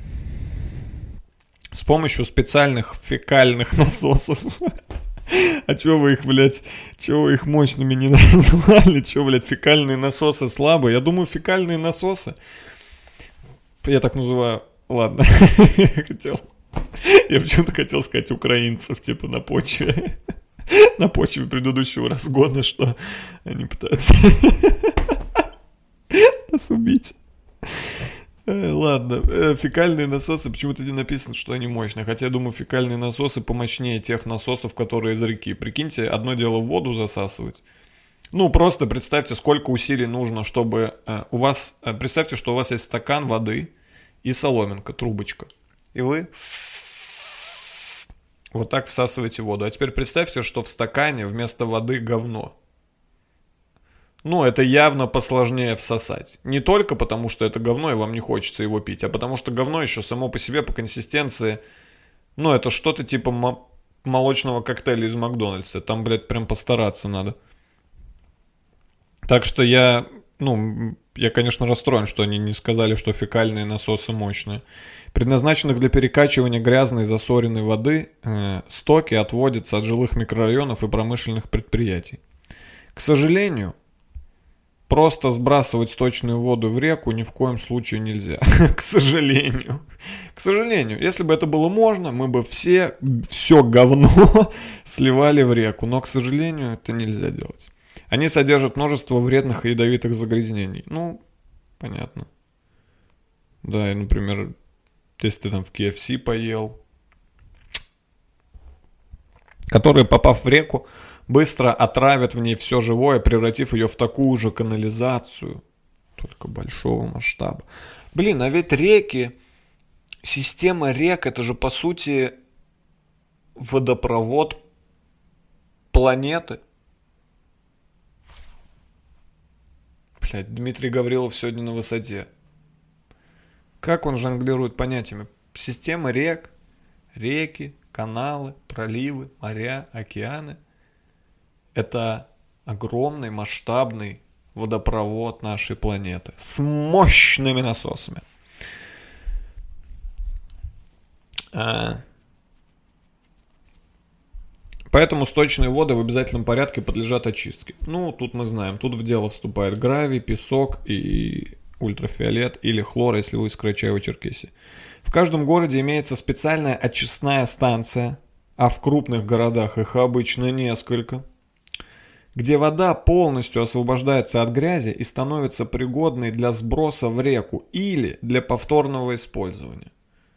С помощью специальных фекальных насосов. А чё вы их, блядь, чё вы их мощными не назвали? Чё, блядь, фекальные насосы слабые? Я думаю, фекальные насосы, я так называю, ладно, хотел, я почему-то хотел сказать украинцев, типа на почве, на почве предыдущего разгона, что они пытаются нас убить. Ладно, фекальные насосы, почему-то не написано, что они мощные. Хотя я думаю, фекальные насосы помощнее тех насосов, которые из реки. Прикиньте, одно дело воду засасывать. Ну, просто представьте, сколько усилий нужно, чтобы э, у вас... Э, представьте, что у вас есть стакан воды и соломинка, трубочка. И вы вот так всасываете воду. А теперь представьте, что в стакане вместо воды говно. Ну, это явно посложнее всосать. Не только потому, что это говно, и вам не хочется его пить, а потому что говно еще само по себе, по консистенции, ну, это что-то типа мо- молочного коктейля из Макдональдса. Там, блядь, прям постараться надо. Так что я, ну, я, конечно, расстроен, что они не сказали, что фекальные насосы мощные. Предназначенных для перекачивания грязной засоренной воды э, стоки отводятся от жилых микрорайонов и промышленных предприятий. К сожалению, просто сбрасывать сточную воду в реку ни в коем случае нельзя. К сожалению. К сожалению. Если бы это было можно, мы бы все, все говно сливали в реку. Но, к сожалению, это нельзя делать. Они содержат множество вредных и ядовитых загрязнений. Ну, понятно. Да, и, например, если ты там в кей эф си поел, которые, попав в реку, быстро отравят в ней все живое, превратив ее в такую же канализацию, только большого масштаба. Блин, а ведь реки, система рек, это же по сути водопровод планеты. Блядь, Дмитрий Гаврилов сегодня на высоте. Как он жонглирует понятиями? Система рек, реки, каналы, проливы, моря, океаны. Это огромный масштабный водопровод нашей планеты с мощными насосами. А... Поэтому сточные воды в обязательном порядке подлежат очистке. Ну, тут мы знаем, тут в дело вступает гравий, песок и ультрафиолет или хлор, если вы из Карачаево-Черкесии. В каждом городе имеется специальная очистная станция, а в крупных городах их обычно несколько, где вода полностью освобождается от грязи и становится пригодной для сброса в реку или для повторного использования.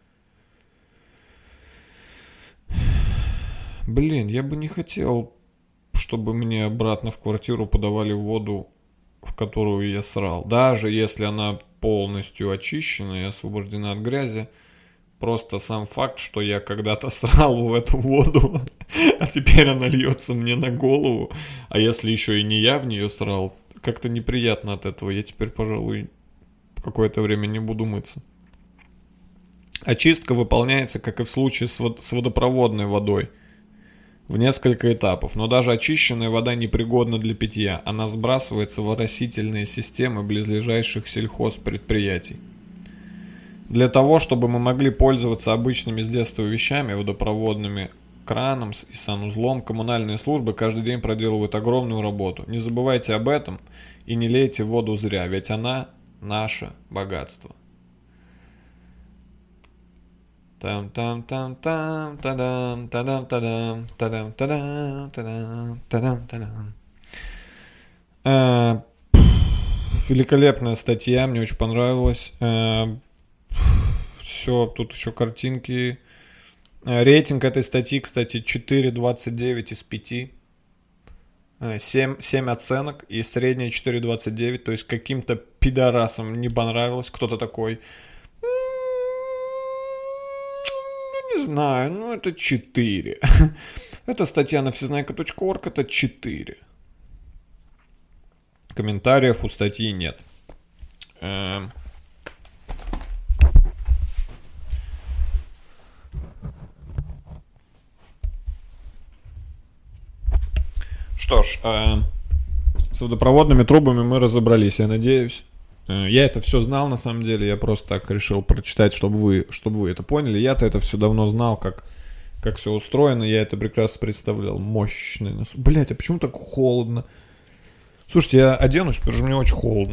Блин, я бы не хотел, чтобы мне обратно в квартиру подавали воду, в которую я срал. Даже если она полностью очищена и освобождена от грязи. Просто сам факт, что я когда-то срал в эту воду, а теперь она льется мне на голову. А если еще и не я в нее срал, как-то неприятно от этого. Я теперь, пожалуй, какое-то время не буду мыться. Очистка выполняется, как и в случае с водопроводной водой, в несколько этапов. Но даже очищенная вода непригодна для питья. Она сбрасывается в оросительные системы близлежащих сельхозпредприятий. Для того, чтобы мы могли пользоваться обычными с детства вещами, водопроводными краном и санузлом, коммунальные службы каждый день проделывают огромную работу. Не забывайте об этом и не лейте воду зря, ведь она наше богатство. Там-там-там-там, тадам, тадам, тадам, тадам, тадам, тадам, тадам, тадам. А, великолепная статья, мне очень понравилась. А, все, тут еще картинки. А, рейтинг этой статьи, кстати, четыре двадцать девять из пяти. семь, семь оценок и средняя четыре двадцать девять. То есть каким-то пидорасам не понравилось. Кто-то такой... Не знаю, ну это четыре. Это статья на всезнайка точка орг, это четыре. Комментариев у статьи нет. Эм. Что ж, э, с водопроводными трубами мы разобрались, я надеюсь. Я это все знал, на самом деле, я просто так решил прочитать, чтобы вы, чтобы вы это поняли. Я-то это все давно знал, как, как все устроено, я это прекрасно представлял. Мощный насос. Блять, а почему так холодно? Слушайте, я оденусь, потому что мне очень холодно.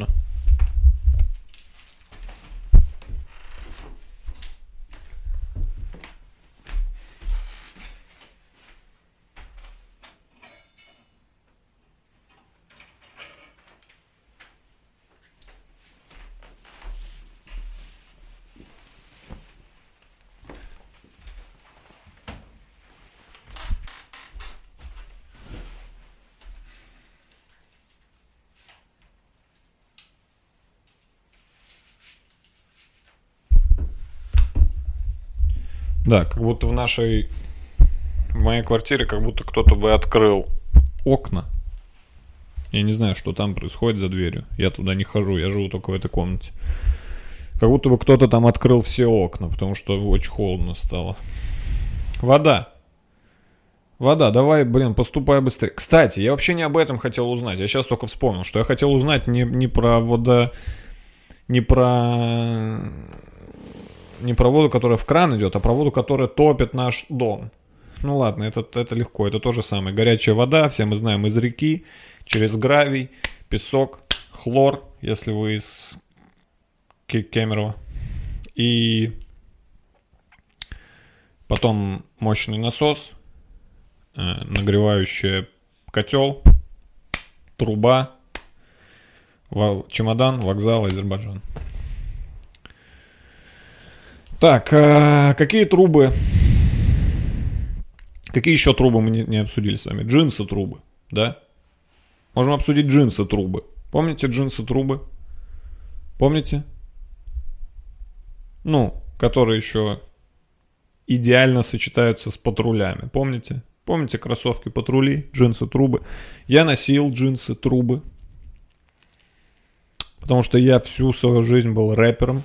Да, как будто в нашей, в моей квартире, как будто кто-то бы открыл окна. Я не знаю, что там происходит за дверью. Я туда не хожу, я живу только в этой комнате. Как будто бы кто-то там открыл все окна, потому что очень холодно стало. Вода. Вода, давай, блин, поступай быстрее. Кстати, я вообще не об этом хотел узнать. Я сейчас только вспомнил, что я хотел узнать не, не про вода, не про... Не про воду, которая в кран идет, а про воду, которая топит наш дом. Ну ладно, это, это легко, это то же самое. Горячая вода, все мы знаем, из реки, через гравий, песок, хлор, если вы из Кемерово. И потом мощный насос, э, нагревающий котел, труба, во- чемодан, вокзал, Азербайджан. Так, э, какие трубы? Какие еще трубы мы не, не обсудили с вами? Джинсы трубы, да? Можем обсудить джинсы трубы. Помните джинсы трубы? Помните? Ну, которые еще идеально сочетаются с патрулями. Помните? Помните кроссовки патрули, джинсы трубы? Я носил джинсы трубы. Потому что я всю свою жизнь был рэпером.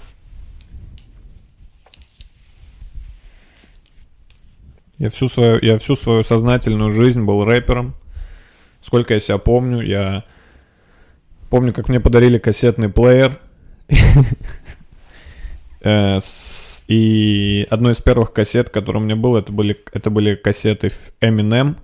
Я всю свою, я всю свою сознательную жизнь был рэпером. Сколько я себя помню, я помню, как мне подарили кассетный плеер. И одной из первых кассет, которая у меня была, это были, это были кассеты Eminem.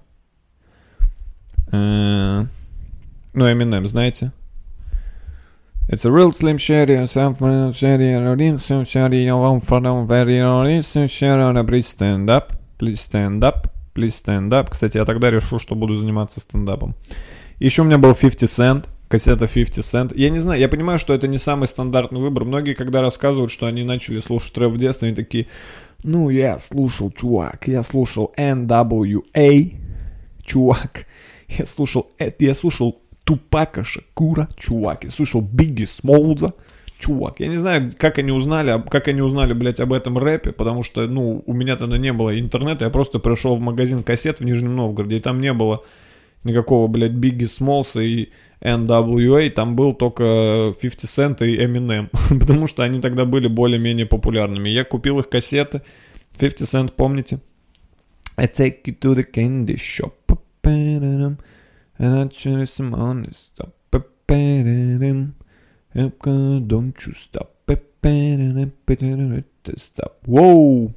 Ну, Eminem, знаете? It's a real Slim Shady, something shady, some shady, you won't follow very early, some shady, please stand up, please stand up, please stand up. Кстати, я тогда решу, что буду заниматься стендапом. Еще у меня был фифти Cent, кассета фифти Cent. Я не знаю, я понимаю, что это не самый стандартный выбор. Многие, когда рассказывают, что они начали слушать рэп в детстве, они такие, ну, я слушал, чувак, я слушал эн дабл ю эй, чувак, я слушал, я слушал Тупака Шакура, чувак, я слушал Бигги Смолза, чувак. Я не знаю, как они узнали, как они узнали, блядь, об этом рэпе, потому что, ну, у меня тогда не было интернета, я просто пришел в магазин кассет в Нижнем Новгороде, и там не было никакого, блядь, Бигги Смолса и эн дабл ю эй, там был только фифти Cent и Eminem, потому что они тогда были более-менее популярными. Я купил их кассеты, фифти Cent, помните? I take you to the candy shop, and I choose some honest stop, don't you stop, stop, wow.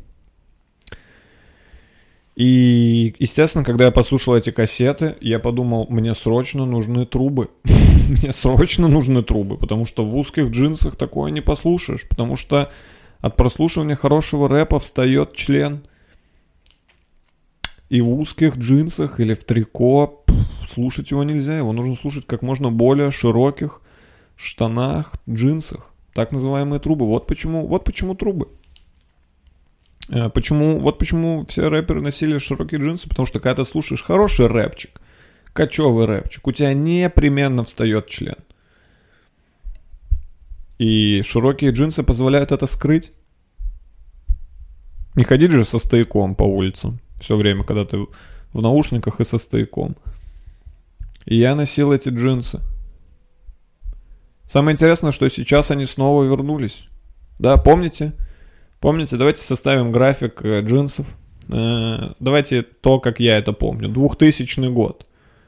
И, естественно, когда я послушал эти кассеты, я подумал, мне срочно нужны трубы. Мне срочно нужны трубы, потому что в узких джинсах такое не послушаешь, потому что от прослушивания хорошего рэпа встает член. И в узких джинсах или в трико пфф, слушать его нельзя, его нужно слушать как можно более широких штанах, джинсах. Так называемые трубы. Вот почему, вот почему трубы. Почему, вот почему все рэперы носили широкие джинсы, потому что когда ты слушаешь хороший рэпчик, качевый рэпчик, у тебя непременно встает член. И широкие джинсы позволяют это скрыть. Не ходить же со стояком по улицам все время, когда ты в наушниках и со стояком. И я носил эти джинсы. Самое интересное, что сейчас они снова вернулись. Да, помните? Помните, давайте составим график э, джинсов. Э, давайте то, как я это помню. двухтысячный год.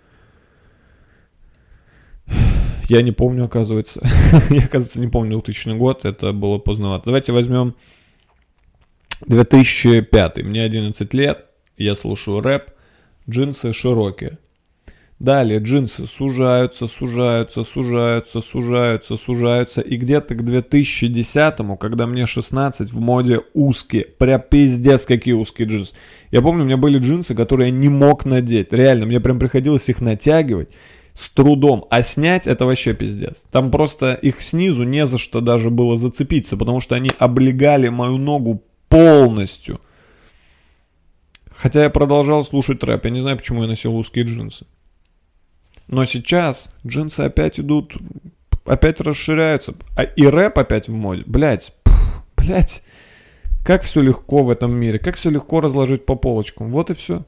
Я не помню, оказывается. Я, оказывается, не помню двухтысячный год. Это было поздновато. Давайте возьмем две тысячи пятый. Мне одиннадцать лет. Я слушаю рэп. Джинсы широкие. Далее джинсы сужаются, сужаются, сужаются, сужаются, сужаются. И где-то к две тысячи десятому, когда мне шестнадцать, в моде узкие. Прям пиздец, какие узкие джинсы. Я помню, у меня были джинсы, которые я не мог надеть. Реально, мне прям приходилось их натягивать с трудом. А снять это вообще пиздец. Там просто их снизу не за что даже было зацепиться, потому что они облегали мою ногу полностью. Хотя я продолжал слушать рэп. Я не знаю, почему я носил узкие джинсы. Но сейчас джинсы опять идут, опять расширяются. А и рэп опять в моде. Блять, блять. Как все легко в этом мире. Как все легко разложить по полочкам. Вот и все.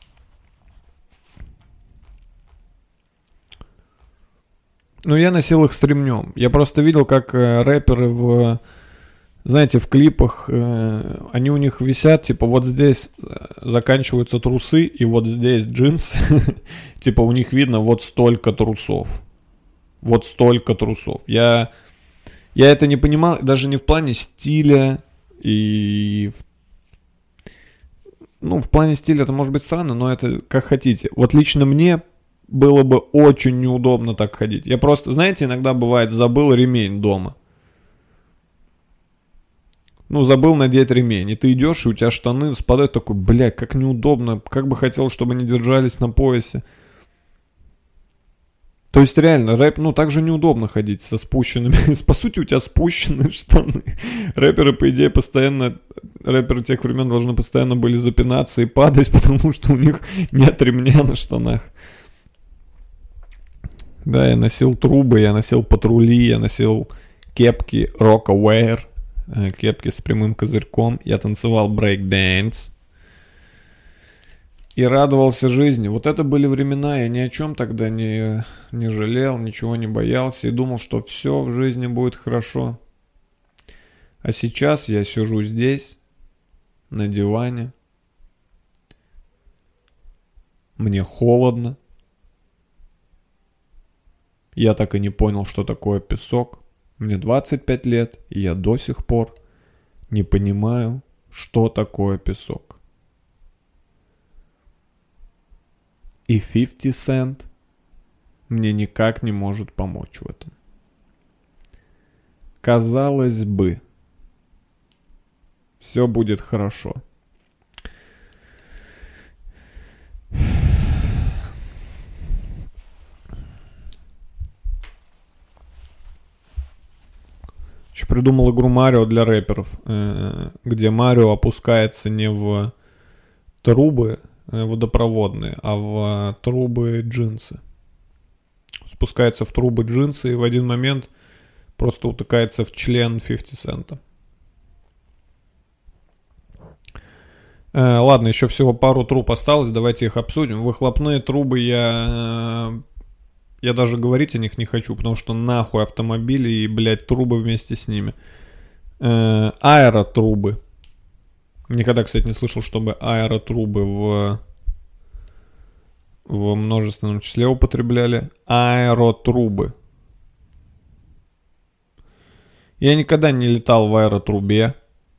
Ну, я носил их с ремнем. Я просто видел, как э, рэперы в... Знаете, в клипах э, они у них висят, типа, вот здесь заканчиваются трусы, и вот здесь джинсы. Типа, у них видно вот столько трусов. Вот столько трусов. Я, я это не понимал, даже не в плане стиля. И... В, ну, в плане стиля это может быть странно, но это как хотите. Вот лично мне было бы очень неудобно так ходить. Я просто, знаете, иногда бывает, забыл ремень дома. Ну, забыл надеть ремень. И ты идешь, и у тебя штаны спадают, такой, бля, как неудобно. Как бы хотел, чтобы они держались на поясе. То есть реально, рэп, ну, так же неудобно ходить со спущенными. По сути, у тебя спущенные штаны. Рэперы, по идее, постоянно... Рэперы тех времен должны постоянно были запинаться и падать, потому что у них нет ремня на штанах. Да, я носил трубы, я носил патрули, я носил кепки Rocawear, кепки с прямым козырьком. Я танцевал брейк-дэнс. И радовался жизни. Вот это были времена, я ни о чем тогда не, не жалел, ничего не боялся и думал, что все в жизни будет хорошо. А сейчас я сижу здесь, на диване. Мне холодно. Я так и не понял, что такое песок. Мне двадцать пять лет, и я до сих пор не понимаю, что такое песок. И фифти Cent мне никак не может помочь в этом. Казалось бы, все будет хорошо. Еще придумал игру Марио для рэперов, где Марио опускается не в трубы водопроводные, а в трубы джинсы. Спускается в трубы джинсы и в один момент просто утыкается в член фифти Cent. Э, ладно, еще всего пару труб осталось, давайте их обсудим. Выхлопные трубы я... Я даже говорить о них не хочу, потому что нахуй автомобили и, блядь, трубы вместе с ними. Э, аэротрубы. Никогда, кстати, не слышал, чтобы аэротрубы в, в множественном числе употребляли. Аэротрубы. Я никогда не летал в аэротрубе.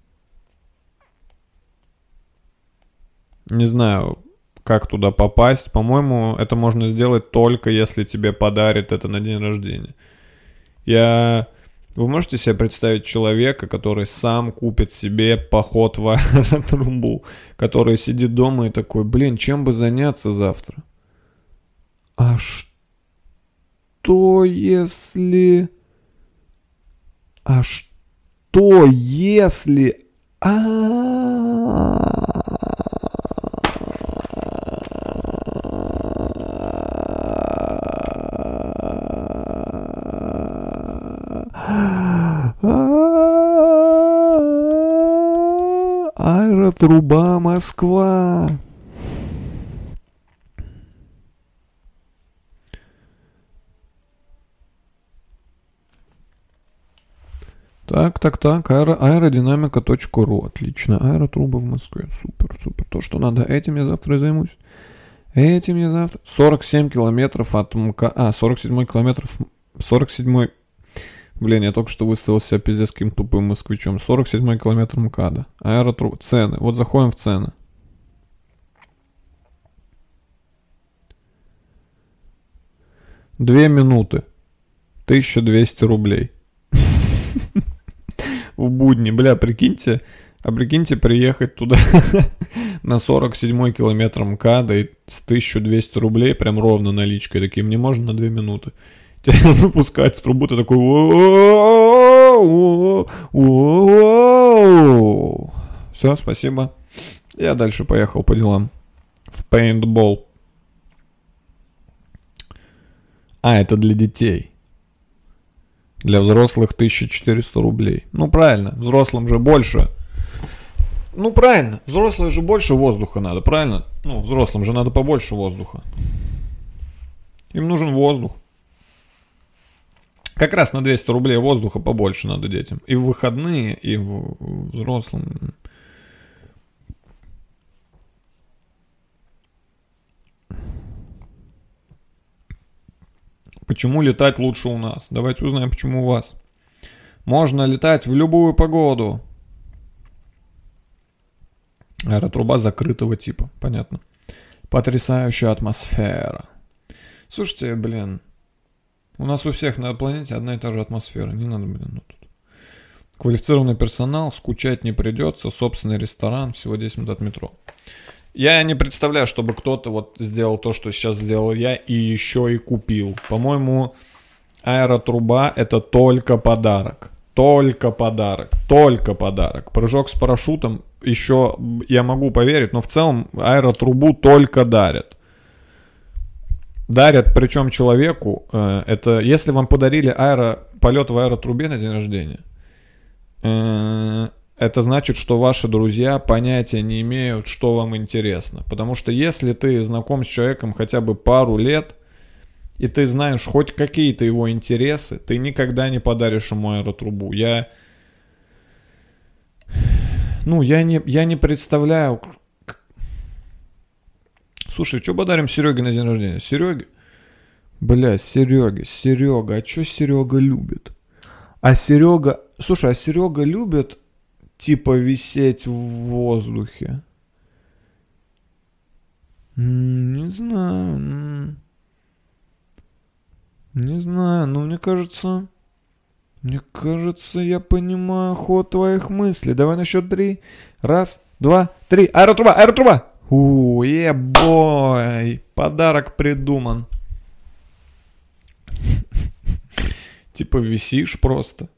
Не знаю, как туда попасть. По-моему, это можно сделать только если тебе подарят это на день рождения. Я... Вы можете себе представить человека, который сам купит себе поход в аэротрубу, который сидит дома и такой, блин, чем бы заняться завтра? А что если... А что если... Аэротруба Москва. Так, так, так, аэро, аэродинамика точка ру. Отлично, аэротрубы в Москве. Супер, супер. То, что надо. Этим я завтра и займусь. Этим я завтра... сорок семь километров от МКАД. А, сорок семь километров... сорок семь... Блин, я только что выставил себя пиздец каким тупым москвичом. сорок семь километр МКАДа. Аэротруб. Цены. Вот заходим в цены. Две минуты. тысяча двести рублей. В будни. Бля, прикиньте. А прикиньте приехать туда на сорок семь километр МКАДа и с тысяча двести рублей прям ровно наличкой. Такие, мне можно на две минуты. Тебя запускают в трубу, ты такой... Все, спасибо. Я дальше поехал по делам. В пейнтбол. А, это для детей. Для взрослых тысяча четыреста рублей. Ну, правильно, взрослым же больше. Ну, правильно, взрослым же больше воздуха надо, правильно? Ну, взрослым же надо побольше воздуха. Им нужен воздух. Как раз на двести рублей воздуха побольше надо детям. И в выходные, и в взрослым. Почему летать лучше у нас? Давайте узнаем, почему у вас. Можно летать в любую погоду. Аэротруба закрытого типа. Понятно. Потрясающая атмосфера. Слушайте, блин, у нас у всех на планете одна и та же атмосфера. Не надо, блин, ну тут. Квалифицированный персонал, скучать не придется, собственный ресторан, всего десять минут от метро. Я не представляю, чтобы кто-то вот сделал то, что сейчас сделал я, и еще и купил. По-моему, аэротруба — это только подарок. Только подарок. Только подарок. Прыжок с парашютом еще я могу поверить, но в целом аэротрубу только дарят. Дарят, причем человеку, э, это если вам подарили аэро, полет в аэротрубе на день рождения, э, это значит, что ваши друзья понятия не имеют, что вам интересно. Потому что если ты знаком с человеком хотя бы пару лет, и ты знаешь хоть какие-то его интересы, ты никогда не подаришь ему аэротрубу. Я... Ну, я не, я не представляю... Слушай, что подарим Сереге на день рождения? Сереге? Бля, Сереге, Серега, а что Серега любит? А Серега... Слушай, а Серега любит, типа, висеть в воздухе? М-м, не знаю... М-м. Не знаю, но мне кажется... Мне кажется, я понимаю ход твоих мыслей. Давай на счет три. Раз, два, три. Аэротруба, аэротруба! У, ебой. Подарок придуман. Типа висишь просто.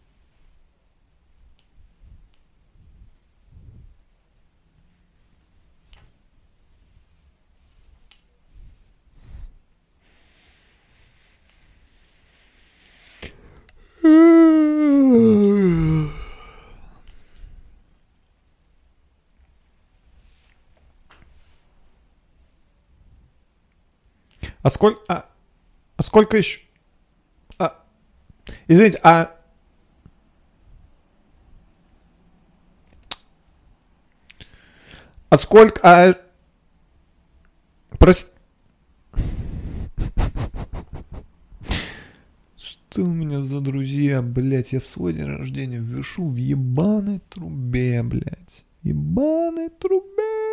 А сколько... А, а сколько еще... А, извините, а... А сколько... А... Прости... Что у меня за друзья, блять? Я в свой день рождения вешу в ебаной трубе, блять. Ебаной трубе.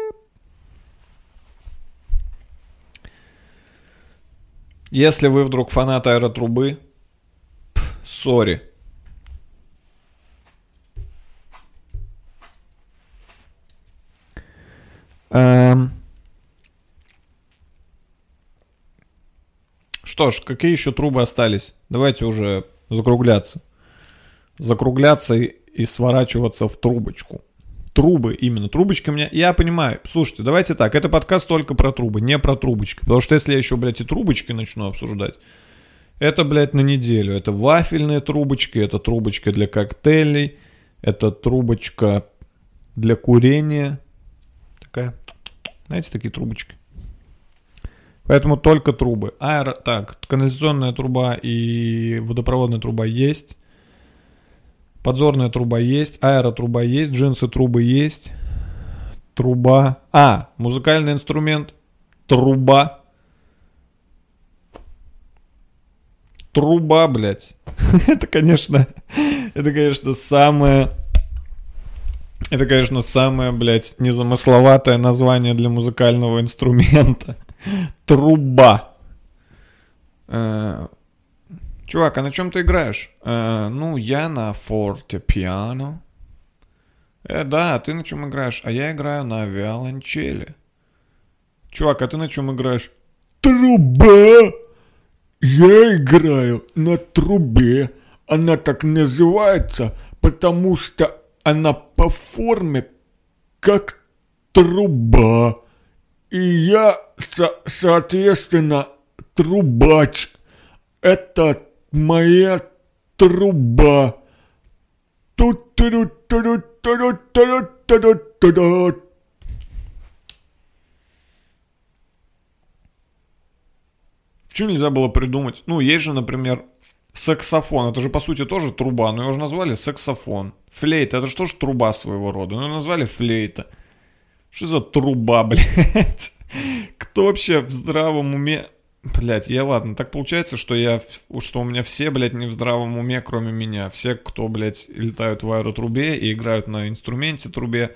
Если вы вдруг фанат аэротрубы, сори. Эм... Что ж, какие еще трубы остались? Давайте уже закругляться. Закругляться и, и сворачиваться в трубочку. Трубы именно. Трубочки у меня... Я понимаю. Слушайте, давайте так. Это подкаст только про трубы, не про трубочки. Потому что если я еще, блядь, и трубочки начну обсуждать, это, блядь, на неделю. Это вафельные трубочки, это трубочка для коктейлей, это трубочка для курения. Такая, знаете, такие трубочки. Поэтому только трубы. Аэро... Так, канализационная труба и водопроводная труба есть. Подзорная труба есть, аэротруба есть, джинсы трубы есть, труба... А, музыкальный инструмент, труба. Труба, блядь. Это, конечно, это, конечно, самое... Это, конечно, самое, блядь, незамысловатое название для музыкального инструмента. Труба. Чувак, а на чем ты играешь? Э, ну, я на фортепиано. Э, да, а ты на чем играешь? А я играю на виолончели. Чувак, а ты на чем играешь? Труба! Я играю на трубе. Она так называется, потому что она по форме как труба. И я, со- соответственно, трубач. Это моя труба. Ту-ту-ру-ту-ру-ту-ру-ту-ру-ту-ру-ту-ру. Почему нельзя было придумать? Ну, есть же, например, саксофон. Это же, по сути, тоже труба. Но его же назвали саксофон. Флейта. Это же тоже труба своего рода. Но его назвали флейта. Что за труба, блядь? Кто вообще в здравом уме... Блядь, я ладно, так получается, что я, что у меня все, блядь, не в здравом уме, кроме меня. Все, кто, блядь, летают в аэротрубе и играют на инструменте трубе.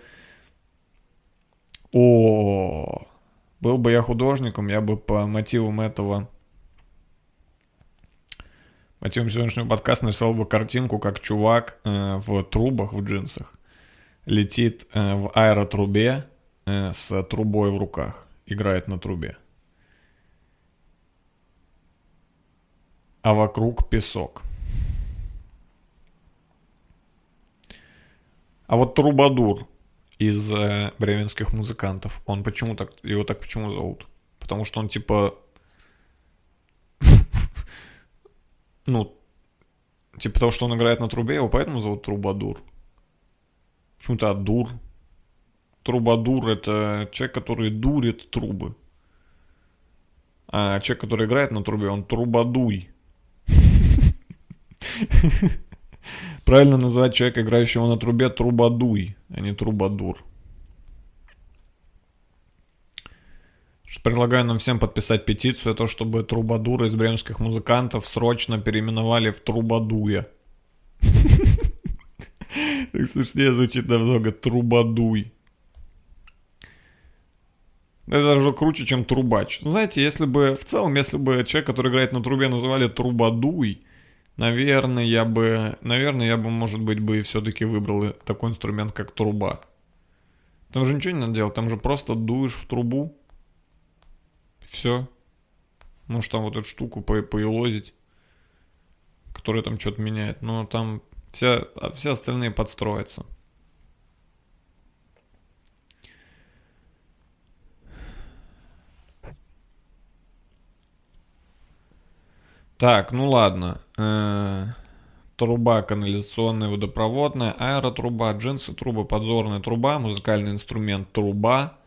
О, был бы я художником, я бы по мотивам этого по теме сегодняшнего подкаста нарисовал бы картинку, как чувак э, в трубах, в джинсах, летит э, в аэротрубе э, с трубой в руках, играет на трубе. А вокруг песок. А вот Трубадур из э, бременских музыкантов, он почему так, его так почему зовут? Потому что он типа, ну, типа того, что он играет на трубе, его поэтому зовут Трубадур. Почему-то Адур. Трубадур — это человек, который дурит трубы. А человек, который играет на трубе, он Трубадуй. Правильно называть человека, играющего на трубе, Трубадуй, а не Трубадур. Предлагаю нам всем подписать петицию, то, чтобы Трубадура из бременских музыкантов срочно переименовали в Трубадуя. Так смешнее звучит намного. Трубадуй. Это даже круче, чем трубач. Знаете, если бы в целом, если бы человек, который играет на трубе, называли Трубадуй, наверное, я бы, наверное, я бы, может быть, бы все-таки выбрал такой инструмент, как труба. Там же ничего не надо делать, там же просто дуешь в трубу. Все. Можешь там вот эту штуку по- поелозить, которая там что-то меняет. Но там вся, все остальные подстроятся. Так, ну ладно. Э-э- труба канализационная, водопроводная, аэротруба, джинсы, труба, подзорная труба, музыкальный инструмент труба.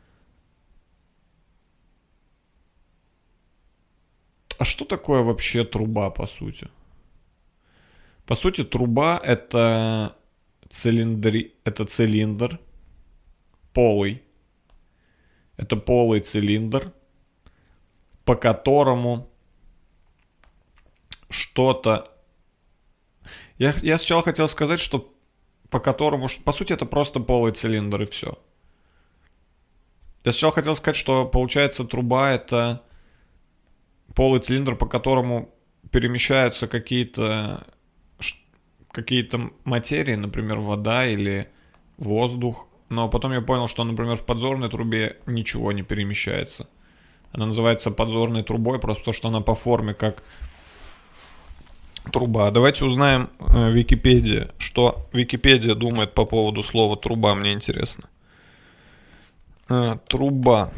А что такое вообще труба, по сути? По сути, труба — это цилиндри... это цилиндр полый. Это полый цилиндр, по которому что-то... Я, я сначала хотел сказать, что по которому... По сути, это просто полый цилиндр, и все. Я сначала хотел сказать, что, получается, труба — это полый цилиндр, по которому перемещаются какие-то какие-то материи, например, вода или воздух. Но потом я понял, что, например, в подзорной трубе ничего не перемещается. Она называется подзорной трубой просто потому, что она по форме как труба. Давайте узнаем э, Википедия, что Википедия думает по поводу слова труба, мне интересно. Э, труба.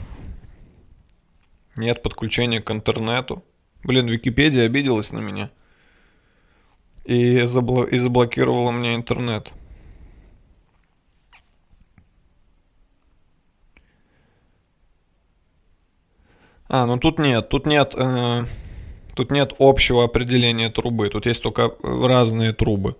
Нет подключения к интернету. Блин, Википедия обиделась на меня. И, забло- и заблокировала мне интернет. А, ну тут нет, тут нет, э, тут нет общего определения трубы. Тут есть только разные трубы.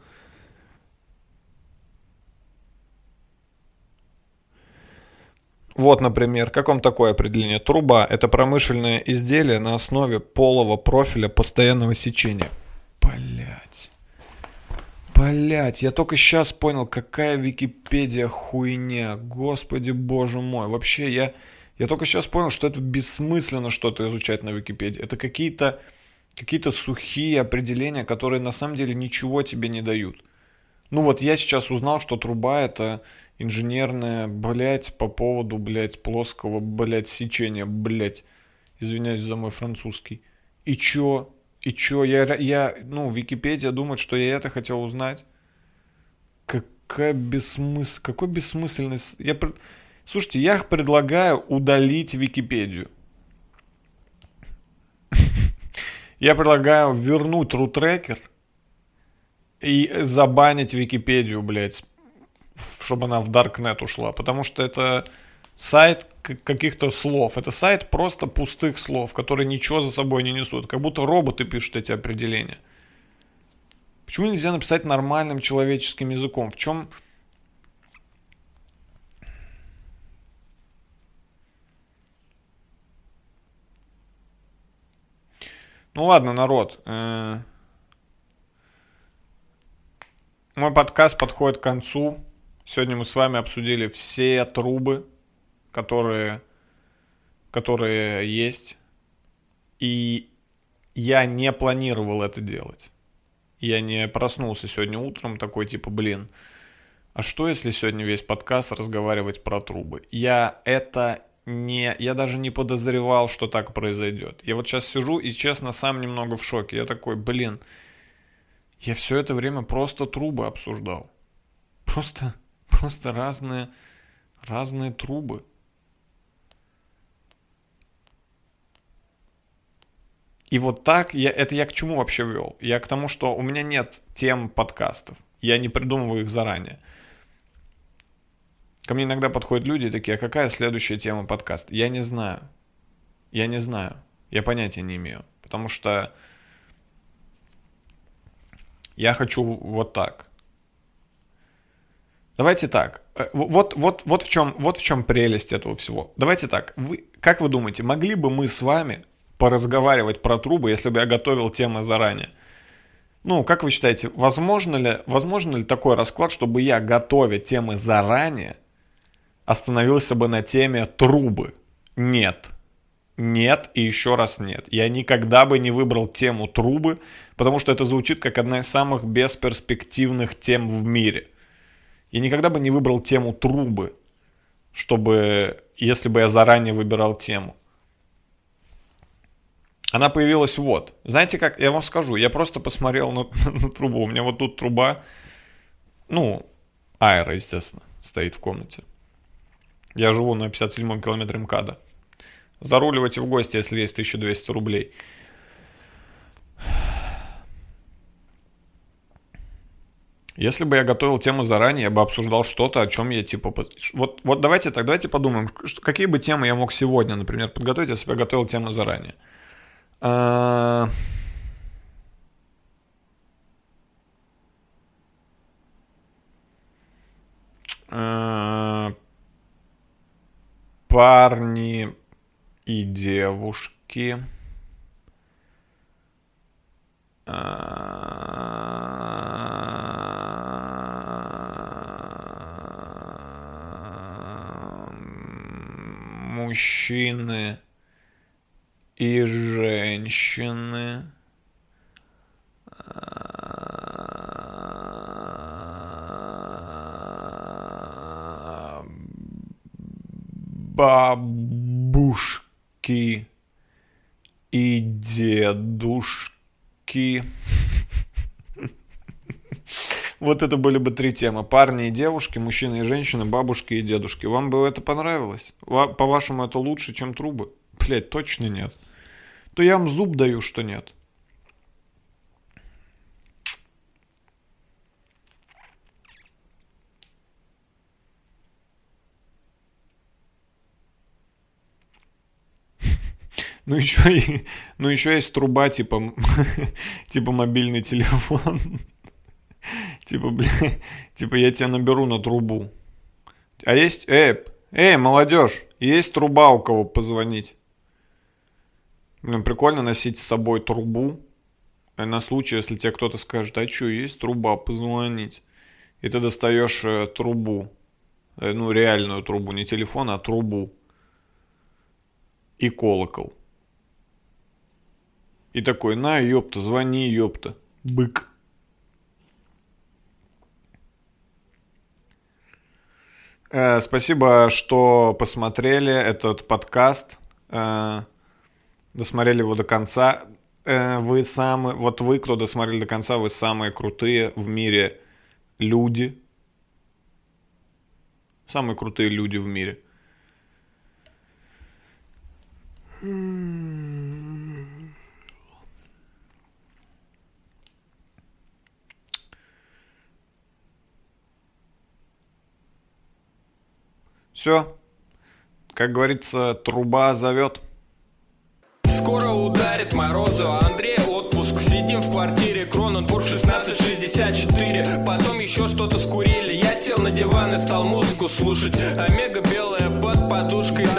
Вот, например, как вам такое определение? Труба — это промышленное изделие на основе полого профиля постоянного сечения. Блять. Блять, я только сейчас понял, какая Википедия хуйня. Господи боже мой. Вообще, я, я только сейчас понял, что это бессмысленно что-то изучать на Википедии. Это какие-то, какие-то сухие определения, которые на самом деле ничего тебе не дают. Ну вот я сейчас узнал, что труба — это инженерная, блять, по поводу, блять, плоского, блять, сечения, блять. Извиняюсь за мой французский. И чё? И чё? Я, я, ну, Википедия думает, что я это хотел узнать. Какая бессмыс... Какой бессмысленность... Я... пред- Слушайте, я предлагаю удалить Википедию. Я предлагаю вернуть рутрекер и забанить Википедию, блядь, чтобы она в Даркнет ушла. Потому что это сайт к- каких-то слов. Это сайт просто пустых слов, которые ничего за собой не несут. Как будто роботы пишут эти определения. Почему нельзя написать нормальным человеческим языком? В чем... Ну ладно, народ. э, Мой подкаст подходит к концу. Сегодня мы с вами обсудили все трубы, которые, которые есть. И я не планировал это делать. Я не проснулся сегодня утром такой, типа, блин, а что если сегодня весь подкаст разговаривать про трубы? Я это не... Я даже не подозревал, что так произойдет. Я вот сейчас сижу и, честно, сам немного в шоке. Я такой, блин, я все это время просто трубы обсуждал. Просто, просто разные, разные трубы. И вот так, я, это я к чему вообще вел? Я к тому, что у меня нет тем подкастов. Я не придумываю их заранее. Ко мне иногда подходят люди и такие, а какая следующая тема подкаста? Я не знаю. Я не знаю. Я понятия не имею. Потому что я хочу вот так. Давайте так. Вот, вот, вот, в чем, вот в чем прелесть этого всего. Давайте так. Вы, как вы думаете, могли бы мы с вами поразговаривать про трубы, если бы я готовил темы заранее? Ну, как вы считаете, возможно ли, возможно ли такой расклад, чтобы я, готовя темы заранее, остановился бы на теме трубы? Нет. Нет и еще раз нет. Я никогда бы не выбрал тему трубы, потому что это звучит как одна из самых бесперспективных тем в мире. Я никогда бы не выбрал тему трубы, чтобы, если бы я заранее выбирал тему. Она появилась вот. Знаете как, я вам скажу, я просто посмотрел на, на трубу. У меня вот тут труба, ну, аэро, естественно, стоит в комнате. Я живу на пятьдесят седьмом километре МКАДа. Заруливайте в гости, если есть тысяча двести рублей. Если бы я готовил тему заранее, я бы обсуждал что-то, о чем я типа... Вот, вот давайте так, давайте подумаем, какие бы темы я мог сегодня, например, подготовить, если бы я готовил тему заранее. А... А... Парни и девушки. Мужчины и женщины. Бабушки и дедушки. Вот это были бы три темы. Парни и девушки, мужчины и женщины, бабушки и дедушки. Вам бы это понравилось? По-вашему, это лучше, чем трубы? Блять, точно нет. То я вам зуб даю, что нет. Ну еще, и, ну еще есть труба, типа, типа мобильный телефон. Типа, бля, типа я тебя наберу на трубу. А есть, эй, эй, молодежь, есть труба, у кого позвонить? Блин, прикольно носить с собой трубу. На случай, если тебе кто-то скажет, а что, есть труба, позвонить. И ты достаешь э, трубу. Э, ну, реальную трубу, не телефон, а трубу. И колокол. И такой, на, ёпта, звони, ёпта, бык. Э, спасибо, что посмотрели этот подкаст. Э, досмотрели его до конца. Э, вы самые, вот вы, кто досмотрели до конца, вы самые крутые в мире люди. Самые крутые люди в мире. Все, как говорится, труба зовет. Скоро ударит морозы, а Андрей отпуск. Сидим в квартире, Кроненбург шестнадцать шестьдесят четыре. Потом еще что-то скурили. Я сел на диван и стал музыку слушать. Омега белая под подушкой.